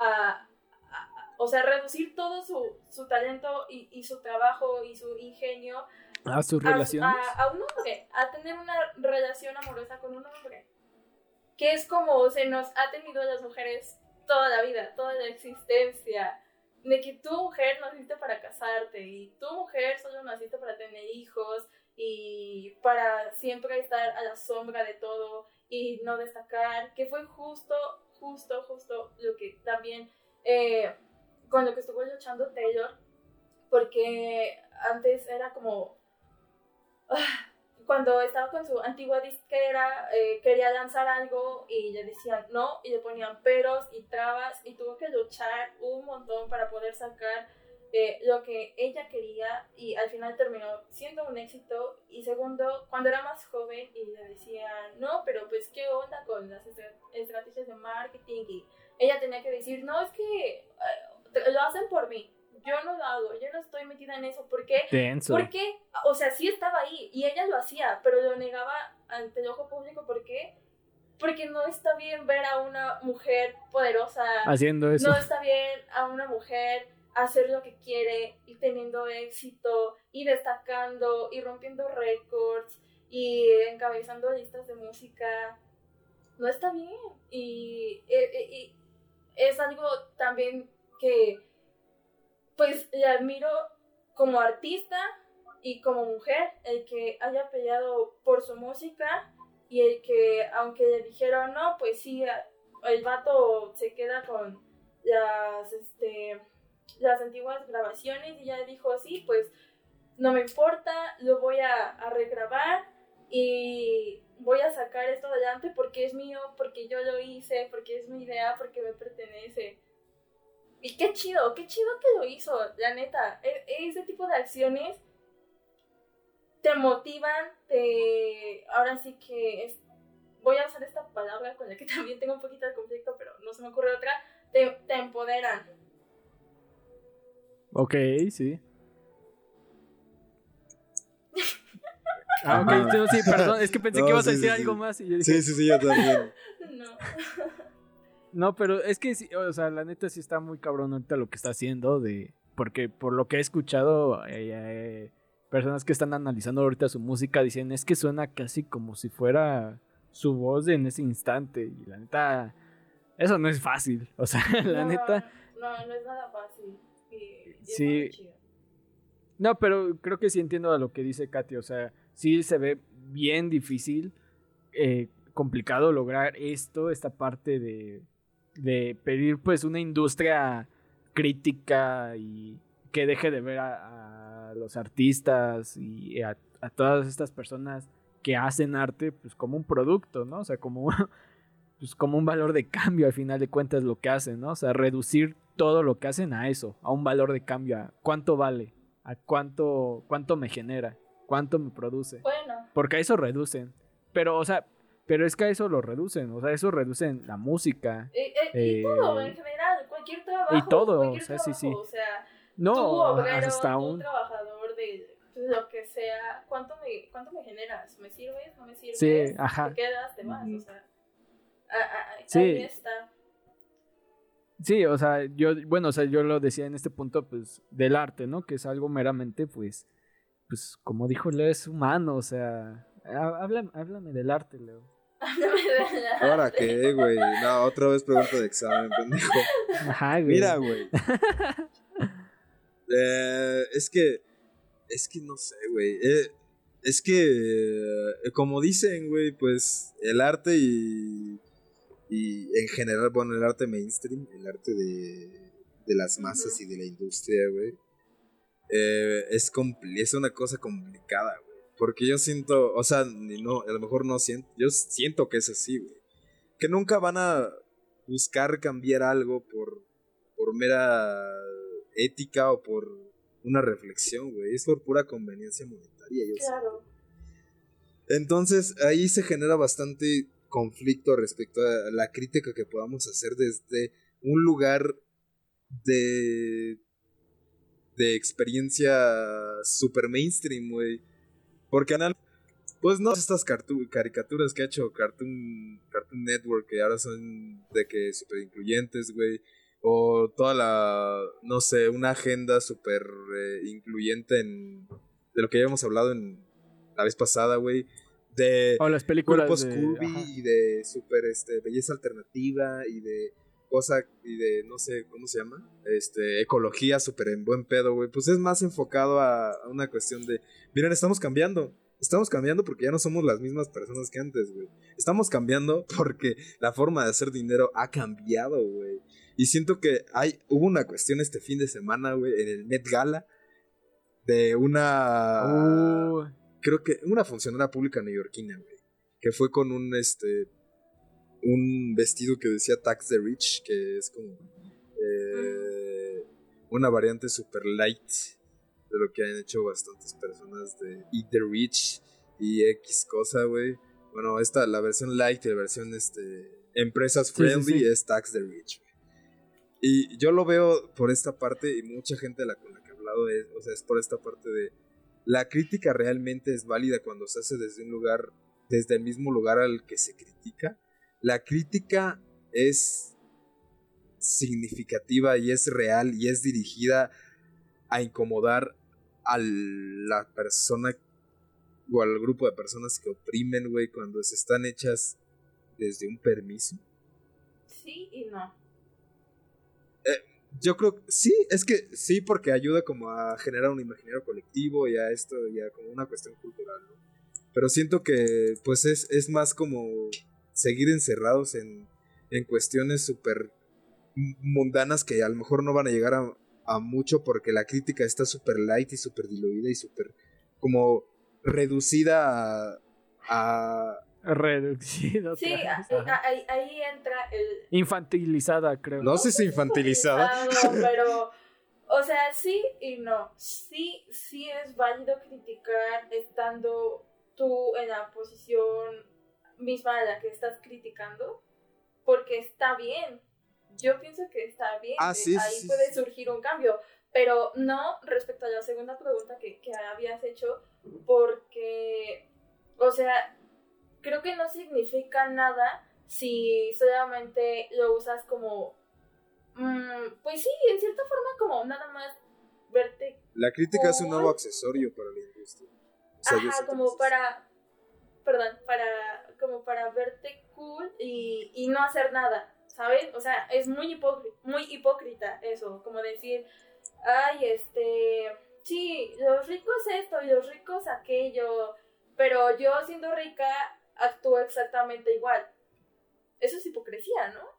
o sea, reducir todo su talento y su trabajo y su ingenio a sus relaciones, a un hombre, a tener una relación amorosa con un hombre, que es como se nos ha tenido a las mujeres toda la vida, toda la existencia. De que tú, mujer, naciste para casarte y tú, mujer, solo naciste para tener hijos y para siempre estar a la sombra de todo y no destacar, que fue justo lo que también con lo que estuvo luchando Taylor, porque antes era como cuando estaba con su antigua disquera, quería lanzar algo y le decían no, y le ponían peros y trabas, y tuvo que luchar un montón para poder sacar lo que ella quería y al final terminó siendo un éxito. Y segundo, cuando era más joven y le decían, no, pero pues qué onda con las estrategias de marketing, y ella tenía que decir, no, es que lo hacen por mí, yo no lo hago, yo no estoy metida en eso. ¿Por qué? Denso. Porque, o sea, sí estaba ahí y ella lo hacía, pero lo negaba ante el ojo público. ¿Por qué? Porque no está bien ver a una mujer poderosa haciendo eso. No está bien a una mujer hacer lo que quiere y teniendo éxito y destacando y rompiendo récords y encabezando listas de música. No está bien. Y es algo también que pues le admiro como artista y como mujer, el que haya peleado por su música y el que, aunque le dijeron no, pues sí, el vato se queda con las antiguas grabaciones, y ya dijo, sí, pues no me importa, lo voy a regrabar y voy a sacar esto adelante porque es mío, porque yo lo hice, porque es mi idea, porque me pertenece. Y qué chido que lo hizo, la neta. Ese tipo de acciones te motivan, ahora sí que voy a usar esta palabra con la que también tengo un poquito de conflicto, pero no se me ocurre otra, te empoderan. Ok, sí. Ok, no, sí, perdón, es que pensé que ibas a decir algo más y yo dije... Sí, yo también. No. No, pero es que sí, o sea, la neta sí está muy cabrón ahorita lo que está haciendo, porque por lo que he escuchado, personas que están analizando ahorita su música dicen, es que suena casi como si fuera su voz en ese instante, y la neta, eso no es fácil, o sea, la neta... No es nada fácil, y sí. es muy chido. No, pero creo que sí entiendo a lo que dice Katy, o sea, sí se ve bien difícil, complicado lograr esta parte de pedir pues una industria crítica y que deje de ver a los artistas y a todas estas personas que hacen arte pues como un producto, ¿no? O sea, como un valor de cambio al final de cuentas lo que hacen, ¿no? O sea, reducir todo lo que hacen a eso, a un valor de cambio, a cuánto vale, a cuánto me genera, cuánto me produce. Bueno. Porque a eso reducen. Pero, o sea, es que a eso lo reducen. O sea, eso reducen la música. Y todo, en general, cualquier trabajo. Y todo, cualquier o sea, trabajo, sí. O sea, no, tú obrero, hasta tú trabajador de lo que sea, ¿cuánto me generas? ¿Me sirves? ¿No me sirves? Sí, ajá. ¿Te quedas? ¿Te vas? O sea, sí. Ahí está. Sí, o sea, yo lo decía en este punto, pues, del arte, ¿no? Que es algo meramente, pues como dijo Leo, es humano, o sea, háblame del arte, Leo. Háblame del arte. ¿Ahora qué, güey? No, otra vez pregunta de examen, pendejo. Ajá, güey. Mira, güey. Es que no sé, güey. Es que, como dicen, güey, pues, el arte y en general, bueno, el arte mainstream, el arte de las masas y de la industria, güey, es una cosa complicada, güey. Porque yo siento, o sea, no, a lo mejor no siento, yo siento que es así, güey. Que nunca van a buscar cambiar algo por mera ética o por una reflexión, güey. Es por pura conveniencia monetaria, yo Claro. sé. Entonces, ahí se genera bastante conflicto respecto a la crítica que podamos hacer desde un lugar de experiencia super mainstream, güey. Porque pues no, estas caricaturas que ha hecho Cartoon Network, que ahora son de que super incluyentes, güey. O toda no sé, una agenda super incluyente de lo que ya hemos hablado en la vez pasada, güey. De las películas cuerpos curvy y de super belleza alternativa y de no sé, ¿cómo se llama? Ecología súper en buen pedo, güey. Pues es más enfocado a una cuestión de, miren, estamos cambiando porque ya no somos las mismas personas que antes, güey. Estamos cambiando porque la forma de hacer dinero ha cambiado, güey. Y siento que hubo una cuestión este fin de semana, güey, en el Met Gala de una... Creo que una funcionaria pública neoyorquina, güey, que fue con un vestido que decía Tax the Rich, que es como una variante super light de lo que han hecho bastantes personas de Eat the Rich y X cosa, güey. Bueno, la versión light y la versión empresas friendly es Tax the Rich, güey. Y yo lo veo por esta parte, y mucha gente con la que he hablado es por esta parte de la crítica realmente es válida cuando se hace desde desde el mismo lugar al que se critica. La crítica es significativa y es real y es dirigida a incomodar a la persona o al grupo de personas que oprimen, güey, cuando se están hechas desde un permiso. Sí y no. Yo creo que sí, es que sí, porque ayuda como a generar un imaginario colectivo y a esto, y a como una cuestión cultural, ¿no? Pero siento que pues es más como seguir encerrados en cuestiones súper mundanas que a lo mejor no van a llegar a mucho, porque la crítica está súper light y súper diluida y súper como reducida a reducido. Sí, ahí entra el... Infantilizada, creo. No sé si infantilizada. Pero, o sea, sí y no. Sí es válido criticar estando tú en la posición misma a la que estás criticando, porque está bien. Yo pienso que está bien. Sí, ahí puede surgir un cambio. Pero no respecto a la segunda pregunta que habías hecho, porque, o sea, creo que no significa nada si solamente lo usas como, pues sí, en cierta forma como nada más verte. La crítica es un nuevo accesorio para la industria. O sea, como para verte cool y no hacer nada, ¿sabes? O sea, es muy hipócrita eso, como decir, ay, sí, los ricos esto y los ricos aquello, pero yo siendo rica actúo exactamente igual. Eso es hipocresía, ¿no?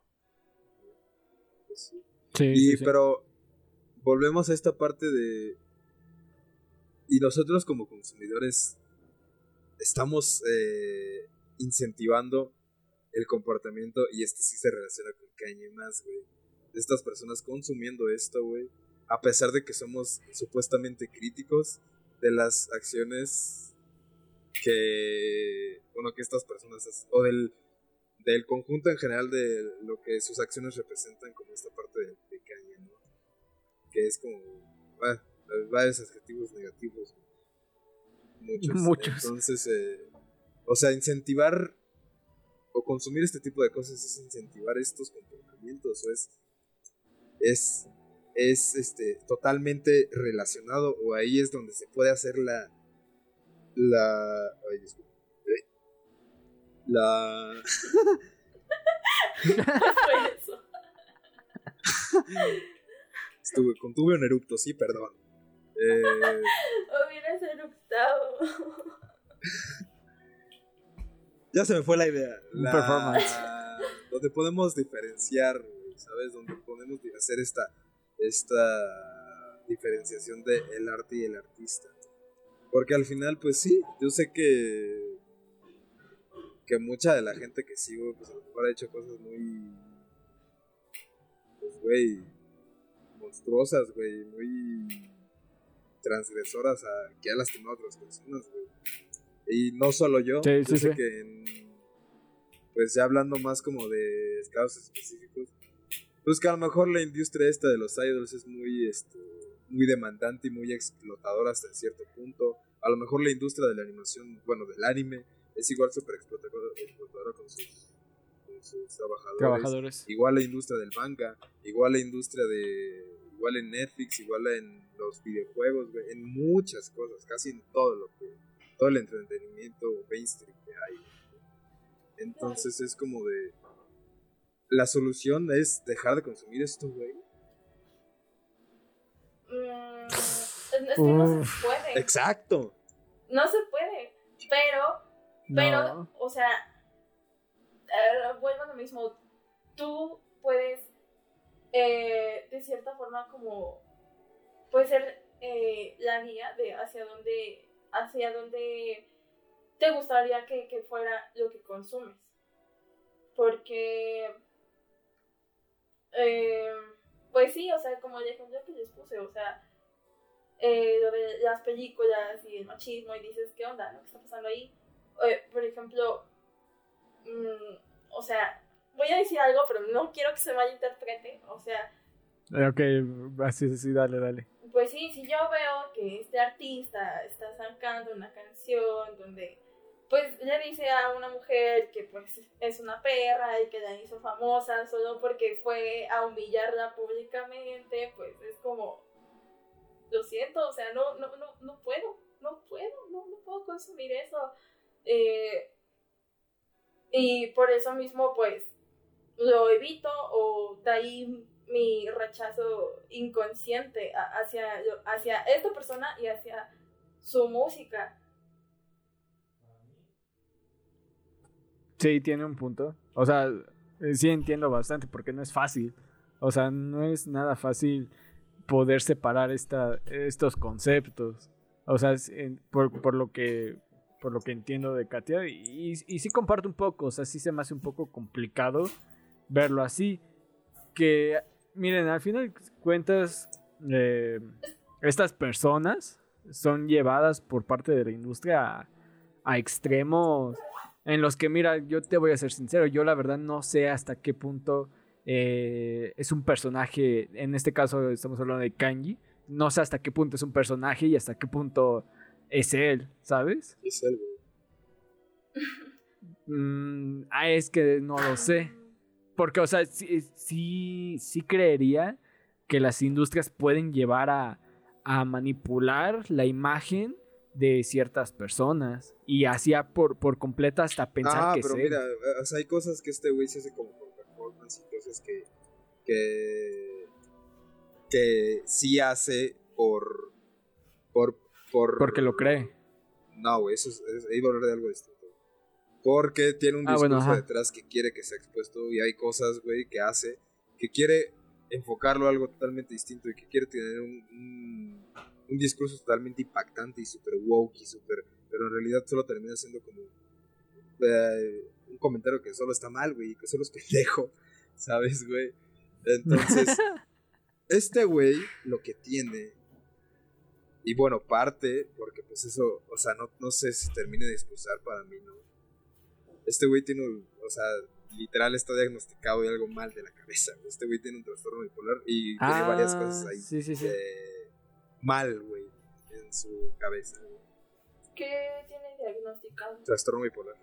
Sí. Pero volvemos a esta parte de... Y nosotros como consumidores estamos incentivando el comportamiento, y sí se relaciona con Kanye más, güey, de estas personas consumiendo esto, güey, a pesar de que somos supuestamente críticos de las acciones que estas personas hacen, o del conjunto en general de lo que sus acciones representan, como esta parte de Kanye, ¿no? Que es como varios adjetivos negativos, muchos. Entonces, o sea, incentivar o consumir este tipo de cosas es incentivar estos comportamientos, o es totalmente relacionado, o ahí es donde se puede hacer ay, disculpe. ¿Qué fue eso? Contuve un eructo, sí, perdón. Hubieras eructado. Ya se me fue la idea. Performance. Donde podemos diferenciar, ¿sabes? Donde podemos hacer esta diferenciación de el arte y el artista. Porque al final, pues sí, yo sé que mucha de la gente que sigo, pues a lo mejor ha hecho cosas muy, pues güey, monstruosas, güey, muy transgresoras que ha lastimado a otras personas, güey. Y no solo yo, sí. sé que pues ya hablando más como de casos específicos, pues que a lo mejor la industria esta de los idols es muy muy demandante y muy explotadora hasta cierto punto. A lo mejor la industria de la animación, bueno, del anime, es igual súper explotadora con sus trabajadores. Igual la industria del manga, igual la industria igual en Netflix, igual en los videojuegos, güey, en muchas cosas, casi en todo el entretenimiento mainstream que hay. Entonces es como de... La solución es dejar de consumir esto, güey. Es que no se puede. Exacto. No se puede. Pero, o sea, vuelvo a lo mismo. Tú puedes, de cierta forma, como puede ser la guía de hacia dónde te gustaría que fuera lo que consumes. Porque pues sí, o sea, como el ejemplo que les puse, o sea, lo de las películas y el machismo, y dices, ¿qué onda? ¿No? ¿Qué está pasando ahí? Por ejemplo, o sea, voy a decir algo, pero no quiero que se malinterprete, o sea... Ok, así, sí, dale. Pues sí, si yo veo que este artista está sacando una canción donde pues le dice a una mujer que pues es una perra y que la hizo famosa solo porque fue a humillarla públicamente, pues es como, lo siento, o sea, no puedo consumir eso. Y por eso mismo pues lo evito, o de ahí mi rechazo inconsciente hacia esta persona y hacia su música. Sí, tiene un punto. O sea, sí entiendo bastante porque no es fácil. O sea, no es nada fácil poder separar estos conceptos. O sea, por lo que entiendo de Katia. Y sí comparto un poco. O sea, sí se me hace un poco complicado verlo así. Que, miren, al final de cuentas, estas personas son llevadas por parte de la industria a extremos en los que, mira, yo te voy a ser sincero, yo la verdad no sé hasta qué punto es un personaje, en este caso estamos hablando de Kanji, no sé hasta qué punto es un personaje y hasta qué punto es él, ¿sabes? Es él, güey. Es que no lo sé. Porque, o sea, sí creería que las industrias pueden llevar a manipular la imagen de ciertas personas y así por completo hasta pensar que pero es mira, o sea, hay cosas que este güey se hace como por performance y cosas que sí hace porque lo cree. No, güey, iba a hablar de algo distinto. Porque tiene un discurso detrás que quiere que sea expuesto, y hay cosas, güey, que hace, que quiere enfocarlo a algo totalmente distinto y que quiere tener un discurso totalmente impactante y super woke y super... Pero en realidad solo termina siendo como un comentario que solo está mal, güey, y que solo es pendejo, ¿sabes, güey? Entonces, este güey lo que tiene... Y bueno, parte, porque pues eso, o sea, no sé si termine de excusar para mí, ¿no? Este güey tiene, o sea, literal está diagnosticado de algo mal de la cabeza. Este güey tiene un trastorno bipolar y tiene varias cosas ahí sí. mal, güey, en su cabeza, güey. ¿Qué tiene diagnosticado? Trastorno bipolar.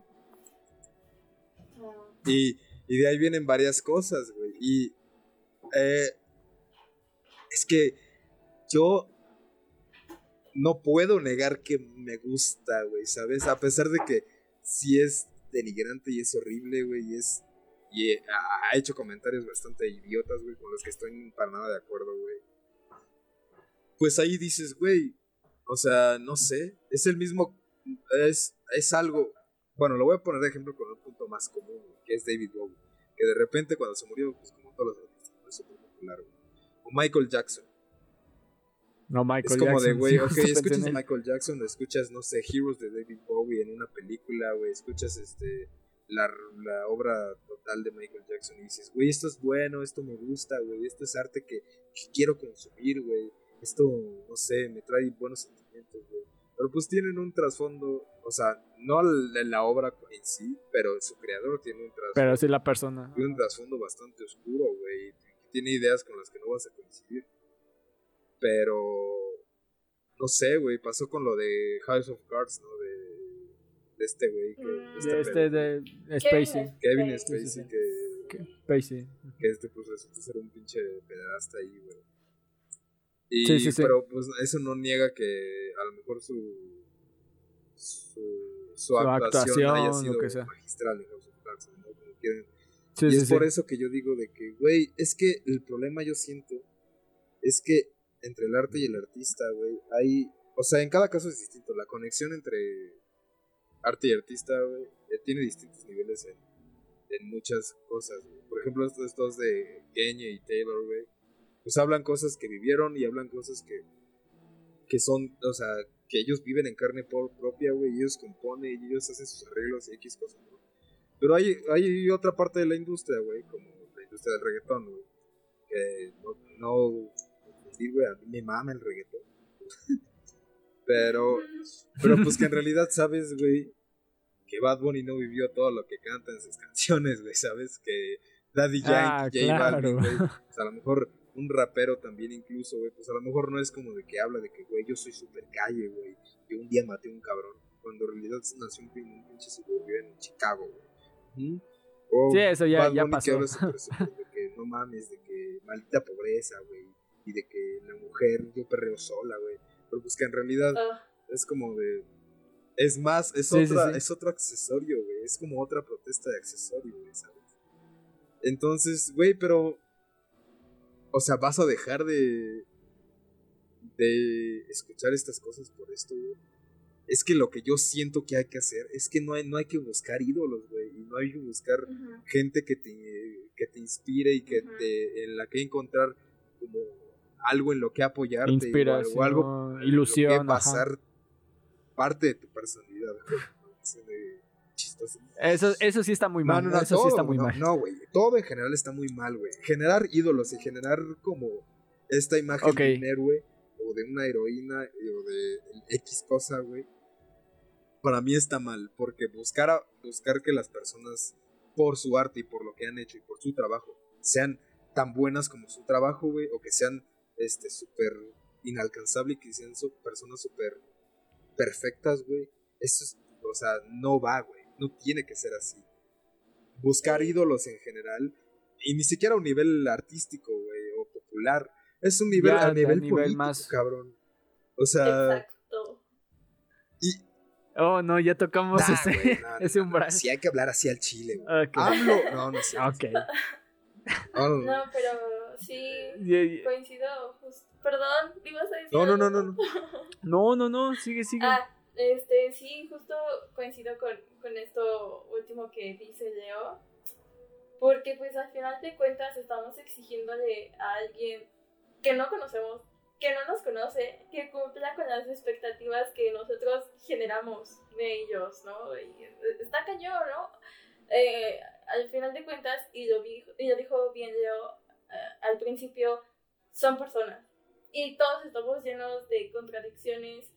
Y de ahí vienen varias cosas, güey. Y es que yo no puedo negar que me gusta, güey, ¿sabes? A pesar de que sí es denigrante y es horrible, güey, y ha hecho comentarios bastante idiotas, güey, con los que estoy para nada de acuerdo, güey. Pues ahí dices, güey, o sea, no sé, es el mismo, es algo, bueno, lo voy a poner de ejemplo con un punto más común, güey, que es David Bowie, que de repente cuando se murió, pues como todos los artistas, fue súper popular, güey. O Michael Jackson. No, Michael es como Jackson, de, güey, sí, ok, escuchas Michael Jackson, escuchas, no sé, Heroes de David Bowie en una película, güey, escuchas la obra total de Michael Jackson y dices, güey, esto es bueno, esto me gusta, güey, esto es arte que quiero consumir, güey, esto, no sé, me trae buenos sentimientos, güey. Pero pues tienen un trasfondo, o sea, no la obra en sí, pero su creador tiene un trasfondo. Pero sí la persona. Tiene un trasfondo bastante oscuro, güey, tiene ideas con las que no vas a coincidir. Pero no sé, güey, pasó con lo de House of Cards, ¿no? De este güey de Spacey. Kevin Spacey, sí. Spacey. Que pues resulta ser un pinche pederasta ahí, güey. Sí. Pero pues eso no niega que a lo mejor su actuación haya sido magistral en House of Cards, ¿no? Como quieren. Y es por eso que yo digo de que, güey, es que el problema yo siento es que entre el arte y el artista, güey, hay, o sea, en cada caso es distinto. La conexión entre arte y artista, güey, tiene distintos niveles en muchas cosas, güey. Por ejemplo, estos de Kanye y Taylor, güey, pues hablan cosas que vivieron y hablan cosas que son, o sea, que ellos viven en carne propia, güey, y ellos componen y ellos hacen sus arreglos y X cosas, ¿no? Pero hay otra parte de la industria, güey, como la industria del reggaetón, güey, que no confundir, güey, a mí me mama el reggaetón. pero pues que en realidad sabes, güey, que Bad Bunny no vivió todo lo que canta en sus canciones, güey, ¿sabes? Que Daddy Yankee, J Balvin, güey, pues a lo mejor un rapero también incluso, güey, pues a lo mejor no es como de que habla de que, güey, yo soy super calle, güey, yo un día maté a un cabrón, cuando en realidad nació en un pinche suburbio en Chicago, güey. O sí, eso ya pasó. Que habla super de que no mames, de que maldita pobreza, güey, y de que la mujer, yo perreo sola, güey, pero pues que en realidad es como de... Es más, es otro accesorio, güey. Es como otra protesta de accesorio, güey, ¿sabes? Entonces, güey, pero... O sea, ¿vas a dejar de escuchar estas cosas por esto, güey? Es que lo que yo siento que hay que hacer es que no hay que buscar ídolos, güey. Y no hay que buscar gente que te inspire y que en la que encontrar como algo en lo que apoyarte. Inspiración, o algo ilusión, en lo que basar parte de tu personalidad, güey. Chistoso. Eso sí está muy mal. No, eso todo, sí está muy mal. No, güey. Todo en general está muy mal, güey. Generar ídolos y generar como esta imagen de un héroe o de una heroína o de X cosa, güey. Para mí está mal. Porque buscar que las personas, por su arte y por lo que han hecho y por su trabajo, sean tan buenas como su trabajo, güey. O que sean súper inalcanzables y que sean personas súper perfectas, güey. Eso es, o sea, no va, güey. No tiene que ser así. Buscar ídolos en general, y ni siquiera a un nivel artístico, güey, o popular. Es un nivel a nivel político, más... cabrón. O sea... Exacto. Oh, no, ya tocamos ese umbral. Sí, hay que hablar así al chile, güey. Okay. Hablo... No sé. Ok. No, pero sí, coincido. Perdón, ¿ibas a decir? No, sigue. Sí, justo coincido con esto último que dice Leo, porque pues al final de cuentas estamos exigiéndole a alguien que no conocemos, que no nos conoce, que cumpla con las expectativas que nosotros generamos de ellos, ¿no? Y está cañón, ¿no? Al final de cuentas, y lo dijo bien Leo al principio, son personas, y todos estamos llenos de contradicciones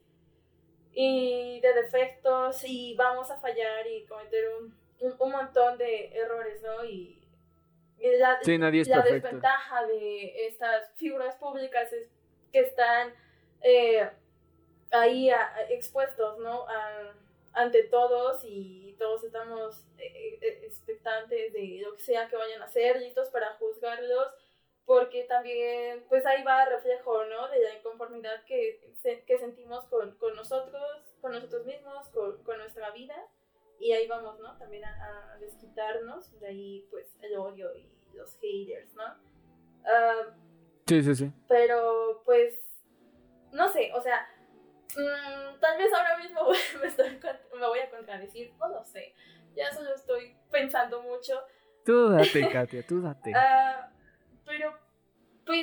y de defectos, y vamos a fallar y cometer un montón de errores, ¿no? Y la desventaja de estas figuras públicas es que están ahí expuestos, ¿no? Ante todos, y todos estamos expectantes de lo que sea que vayan a hacer, listos para juzgarlos, porque también pues ahí va reflejo, ¿no? De la inconformidad que sentimos con nosotros mismos, con nuestra vida, y ahí vamos, ¿no? También a desquitarnos, de ahí pues el odio y los haters, ¿no? Sí. Pero pues no sé, o sea, tal vez ahora mismo me voy a contradecir, no lo sé, ya solo estoy pensando mucho. Tú date, Katia, tú date. Pero, pues,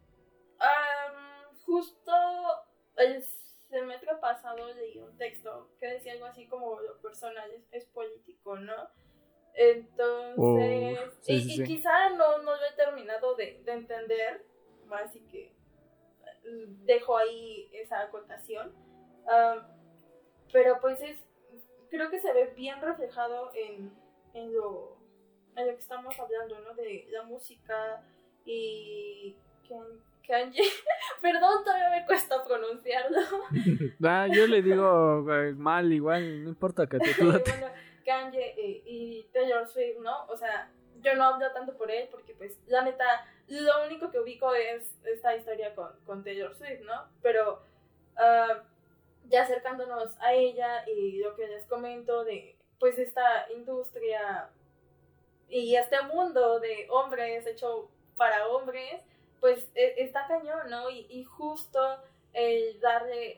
justo el semestre pasado leí un texto que decía algo así como lo personal es político, ¿no? Entonces, y quizá no lo he terminado de entender, así que dejo ahí esa acotación. Pero pues creo que se ve bien reflejado en lo que estamos hablando, ¿no? De la música y Kanye. Perdón, todavía me cuesta pronunciarlo. Yo le digo mal igual, no importa, que tú date. Bueno, Kanye y Taylor Swift, ¿no? O sea, yo no hablo tanto por él porque pues la neta lo único que ubico es esta historia con Taylor Swift, ¿no? Pero ya acercándonos a ella y lo que les comento de pues esta industria y este mundo de hombres hecho para hombres, pues está cañón, ¿no? Y justo el darle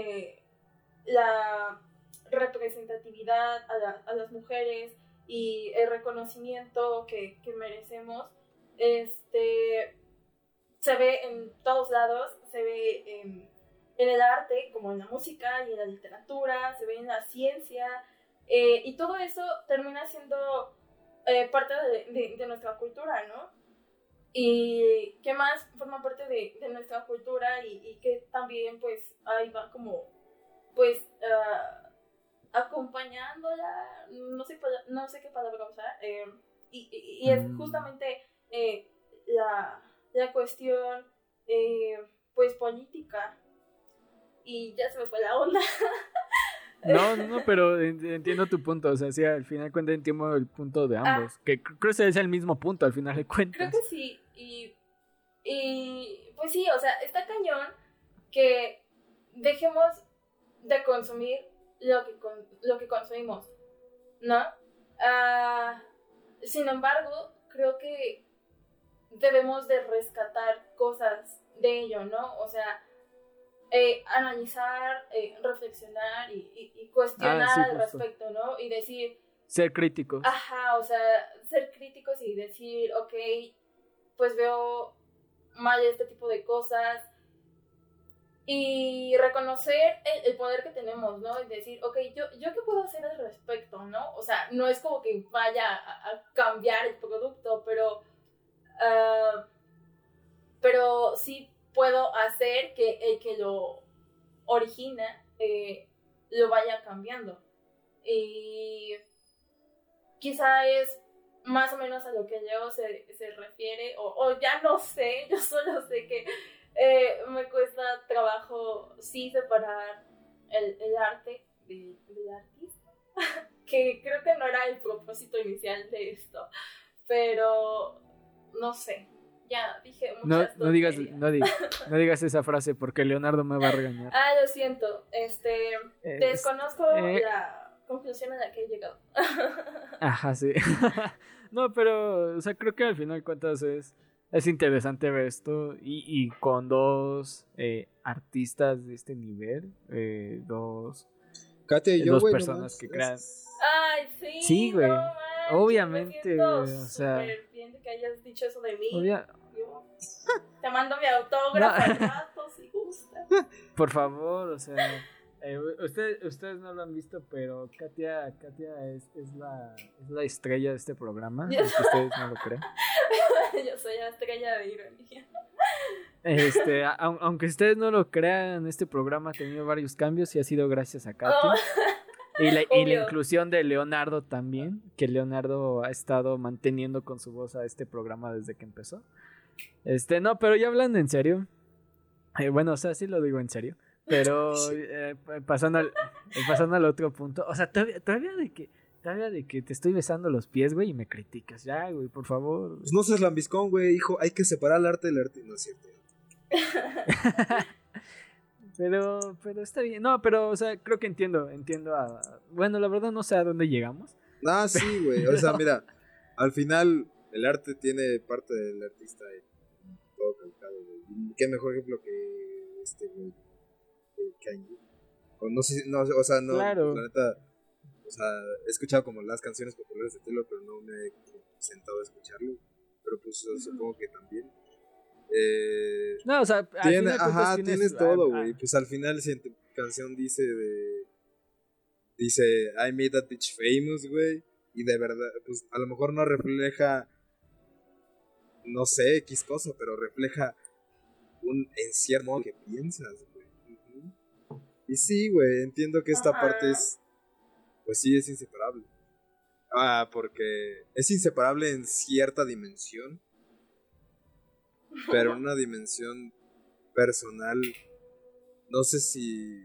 la representatividad a las mujeres y el reconocimiento que merecemos, se ve en todos lados, se ve en el arte, como en la música y en la literatura, se ve en la ciencia, y todo eso termina siendo parte de nuestra cultura, ¿no? y que más forma parte de nuestra cultura y que también pues ahí va como pues acompañándola, no sé qué palabra usar, y es justamente la cuestión pues política, y ya se me fue la onda. No, pero entiendo tu punto, o sea, sí, al final de cuentas entiendo el punto de ambos, que creo que es el mismo punto al final de cuentas. Creo que sí, y pues sí, o sea, está cañón que dejemos de consumir lo que consumimos, ¿no? Sin embargo, creo que debemos de rescatar cosas de ello, ¿no? O sea, analizar, reflexionar y cuestionar sí, al justo. respecto, ¿no? Y decir... Ser críticos. Ajá, o sea, ser críticos y decir, ok, pues veo mal este tipo de cosas. Y reconocer el poder que tenemos, ¿no? Y decir, ok, ¿yo qué puedo hacer al respecto, no? O sea, no es como que vaya a cambiar el producto, pero sí puedo hacer que el que lo origina lo vaya cambiando. Y quizá es más o menos a lo que Leo se refiere, o ya no sé, yo solo sé que me cuesta trabajo sí separar el arte del artista, que creo que no era el propósito inicial de esto, pero no sé, ya dije muchas no digas esa frase porque Leonardo me va a regañar. Lo siento, desconozco la conclusión a la que he llegado. Ajá, sí. No, pero, o sea, creo que al final de cuentas es interesante ver esto y con dos artistas de este nivel, dos Katia y yo, güey, personas que crean. Ay, sí. Sí, güey. No, Obviamente, güey, o sea. Súper bien de que hayas dicho eso de mí. Te mando mi autógrafo al rato si gusta. Por favor, o sea. Ustedes no lo han visto, pero Katia es la estrella de este programa, aunque ustedes no lo crean. Yo soy la estrella de ironía. Aunque ustedes no lo crean, este programa ha tenido varios cambios y ha sido gracias a Katia. Y la inclusión de Leonardo también, que Leonardo ha estado manteniendo con su voz a este programa desde que empezó. No, pero ya hablando en serio, bueno, o sea, sí lo digo en serio, pero pasando al otro punto, o sea, todavía de que te estoy besando los pies, güey, y me criticas, ya, güey, por favor. Pues no seas lambiscón, güey, hijo, hay que separar el arte del arte, no es cierto. Pero está bien. No, pero, o sea, creo que entiendo bueno, la verdad no sé a dónde llegamos. Ah, sí, güey. O sea, mira, al final el arte tiene parte del artista en todo calcado, güey. Qué mejor ejemplo que güey, Kanye. No sé, no, o sea, no, claro. La neta, o sea, he escuchado como las canciones populares de Taylor, pero no me he sentado a escucharlo. Pero pues supongo que también. No, o sea, tienes todo, güey. Pues al final si en tu canción dice I made that bitch famous, güey, y de verdad, pues a lo mejor no refleja, no sé, X cosa, pero refleja un encierro modo que piensas, güey. Y sí, güey, entiendo que esta parte pues sí, es inseparable. Porque es inseparable en cierta dimensión, pero en una dimensión personal, no sé si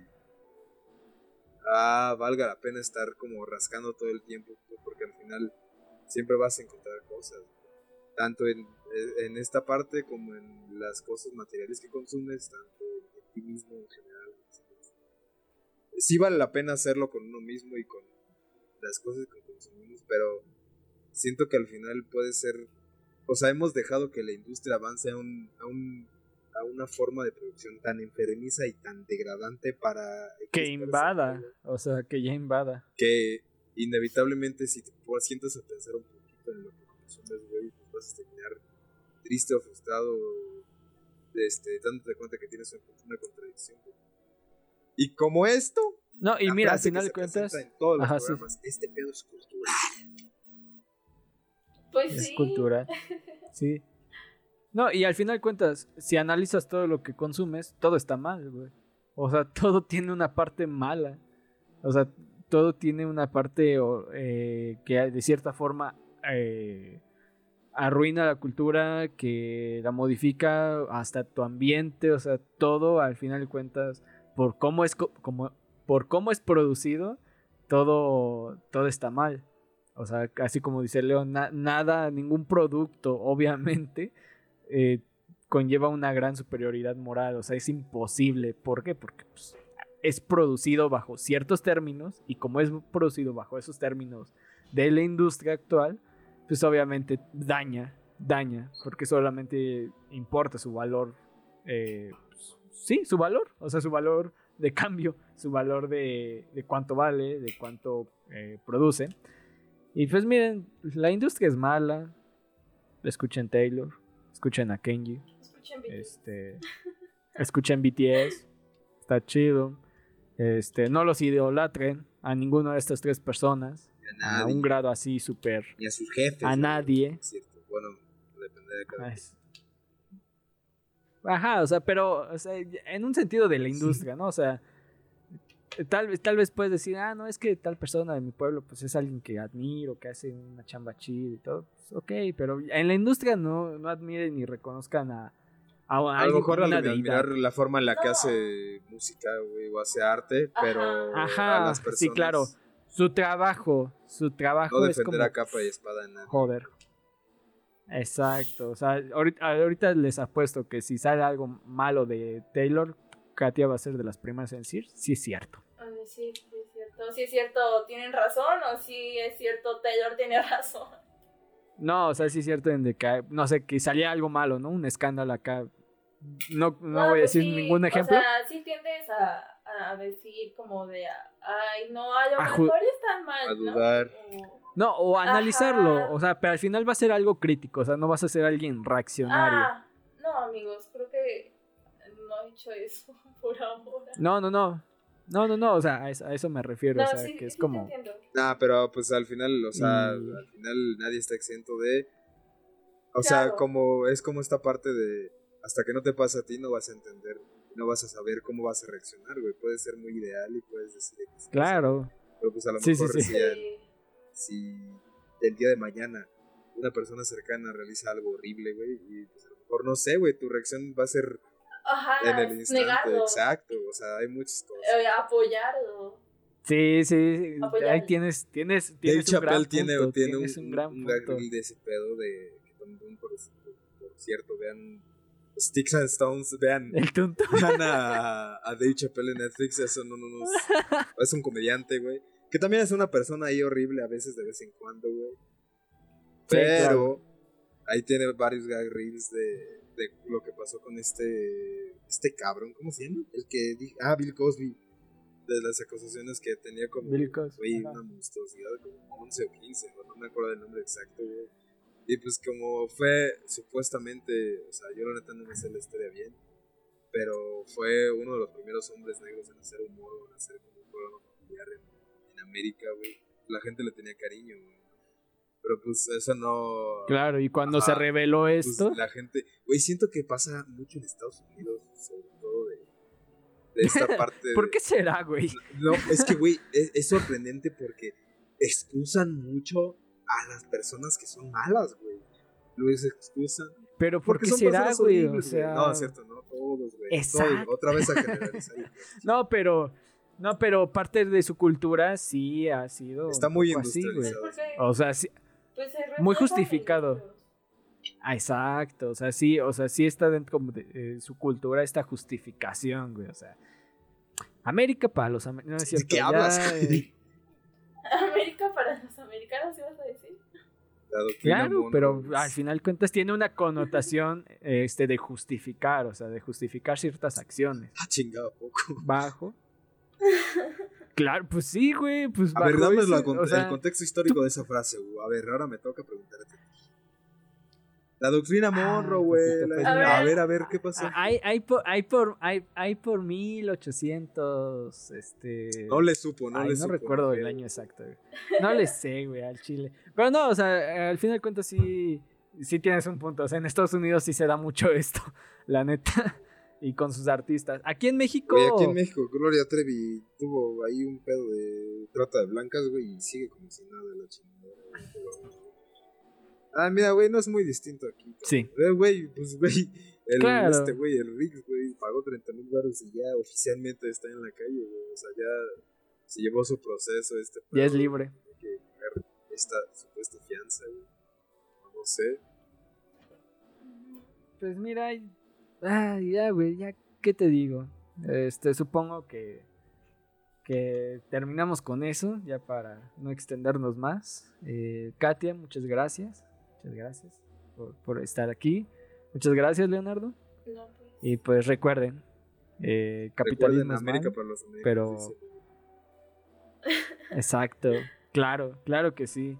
valga la pena estar como rascando todo el tiempo, porque al final siempre vas a encontrar cosas, tanto en esta parte como en las cosas materiales que consumes, tanto en ti mismo en general. Sí vale la pena hacerlo con uno mismo y con las cosas que consumimos, pero siento que al final puede ser, o sea, hemos dejado que la industria avance a una forma de producción tan enfermiza y tan degradante para que invada, o sea, que ya invada, que inevitablemente si te sientas a pensar un poquito en lo que consumes, güey, pues vas a terminar triste o frustrado, dándote cuenta que tienes una contradicción, güey. Y como esto, no, y mira, al final de cuentas en todos los programas, este pedo es cultural. Pues es sí. cultural. Sí. No, y al final de cuentas, si analizas todo lo que consumes, todo está mal, güey. O sea, todo tiene una parte mala. O sea, todo tiene una parte que de cierta forma arruina la cultura, que la modifica hasta tu ambiente. O sea, todo al final de cuentas, por cómo es producido, todo está mal. O sea, así como dice León, nada, ningún producto, obviamente, conlleva una gran superioridad moral. O sea, es imposible. ¿Por qué? Porque pues, es producido bajo ciertos términos, y como es producido bajo esos términos de la industria actual, pues obviamente daña, porque solamente importa su valor, sí, su valor, o sea, su valor de cambio, su valor de cuánto vale, de cuánto produce. Y pues miren, la industria es mala. Escuchen Taylor, escuchen a Kenji, escuchen BTS, está chido. No los idolatren a ninguna de estas tres personas a un grado así súper. Ni a sus jefes. A nadie. Bueno, depende de cada uno. Ajá, o sea, pero o sea, en un sentido de la industria, ¿no? O sea, tal vez puedes decir, no, es que tal persona de mi pueblo pues es alguien que admiro, que hace una chamba chida y todo. Pues, ok, pero en la industria no admiren ni reconozcan a lo mejor admirar la forma en la que hace música, güey, o hace arte, pero ajá, a las personas, sí, claro, su trabajo no es defender como, a capa y espada en nadie. Joder. Exacto, o sea, ahorita les apuesto que si sale algo malo de Taylor, Katia va a ser de las primeras en decir, sí es cierto. Sí, es cierto. Sí es cierto, ¿tienen razón? O sí es cierto, Taylor tiene razón. No, o sea, sí es cierto en de que, no sé, que salía algo malo, ¿no? Un escándalo acá. No voy a decir ningún ejemplo. O sea, sí tiendes a decir como de, ay, no, a lo mejor están mal, a dudar. No, o analizarlo, o sea, pero al final va a ser algo crítico, o sea, no vas a ser alguien reaccionario. No, amigos, creo que no he hecho eso por ahora. No, o sea, a eso me refiero, o sea, sí, que es sí como... Pero pues al final, o sea, al final nadie está exento de... O sea, como es como esta parte de... Hasta que no te pasa a ti no vas a entender, no vas a saber cómo vas a reaccionar, güey. Puedes ser muy ideal y puedes decir... Claro. Pero pues a lo mejor si el día de mañana una persona cercana realiza algo horrible, güey, y pues a lo mejor, no sé, güey, tu reacción va a ser... en el instante, negarlo. Exacto, o sea, hay muchas cosas. Apoyarlo. Sí, ahí tienes Dave un Chappelle gran punto, tiene un gran punto. de ese pedo de que también, por cierto, vean Sticks and Stones, vean a Dave Chappelle en Netflix, eso no es un comediante, güey, que también es una persona ahí horrible a veces, de vez en cuando, güey, pero claro. Ahí tiene varios gag reels de lo que pasó con este cabrón, ¿cómo se llama? El que dijo, Bill Cosby, de las acusaciones que tenía como, güey, una monstruosidad, como 11 o 15, no me acuerdo del nombre exacto, güey. Y pues como fue supuestamente, o sea, yo la neta no me sé la historia bien, pero fue uno de los primeros hombres negros en hacer humor o en hacer como un programa familiar en América, güey. La gente le tenía cariño, güey. Pero pues eso no... Claro, y cuando se reveló esto... Pues la gente... Güey, siento que pasa mucho en Estados Unidos, sobre todo de esta parte... ¿Por qué será, güey? No, es que, güey, es sorprendente porque excusan mucho a las personas que son malas, güey. Los excusan. Pero ¿por qué será, güey? O sea... No, es cierto, no todos, güey. Exacto. Otra vez a generalizar. No, pero parte de su cultura sí ha sido... Está muy industrializado. Así, o sea, sí... Pues muy justificado. Exacto, o sea, sí está dentro de su cultura esta justificación, güey, o sea, América para los americanos, no es cierto. ¿De qué hablas? América para los americanos, ¿ibas a decir? Claro, pero al final cuentas tiene una connotación de justificar, o sea, de justificar ciertas acciones. Chingado poco. Bajo. Claro, pues sí, güey. Pues a ver, dame el contexto histórico de esa frase, güey. A ver, ahora me toca preguntarte. La doctrina Monroe, güey. A ver, ¿qué pasó? Hay por 1800, No le supo. No recuerdo el año exacto, güey. No le sé, güey, al chile. Pero no, o sea, al final de cuentas sí sí tienes un punto. O sea, en Estados Unidos sí se da mucho esto, la neta. Y con sus artistas. Aquí en México. Güey, aquí en México, Gloria Trevi tuvo ahí un pedo de trata de blancas, güey, y sigue como si nada la chingada. Ah, mira, güey, no es muy distinto aquí. Sí. Güey, pues, güey, Claro. el Riggs, güey, pagó 30,000 baros y ya oficialmente está en la calle, güey. O sea, ya se llevó su proceso, Ya es libre. Hay que pagar esta supuesta fianza, güey. No sé. Pues mira, ya, güey, ya, ¿qué te digo? Supongo que terminamos con eso, ya para no extendernos más. Katia, muchas gracias. Muchas gracias por estar aquí. Muchas gracias, Leonardo. No, pues. Y pues recuerden, capitalismo Recuerden, es América mal, para los americanos, pero... dice. Exacto, claro que sí.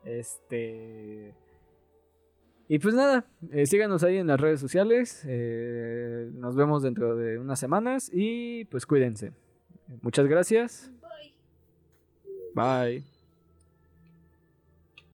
Y pues nada, síganos ahí en las redes sociales. Nos vemos dentro de unas semanas y pues cuídense. Muchas gracias. Bye. Bye.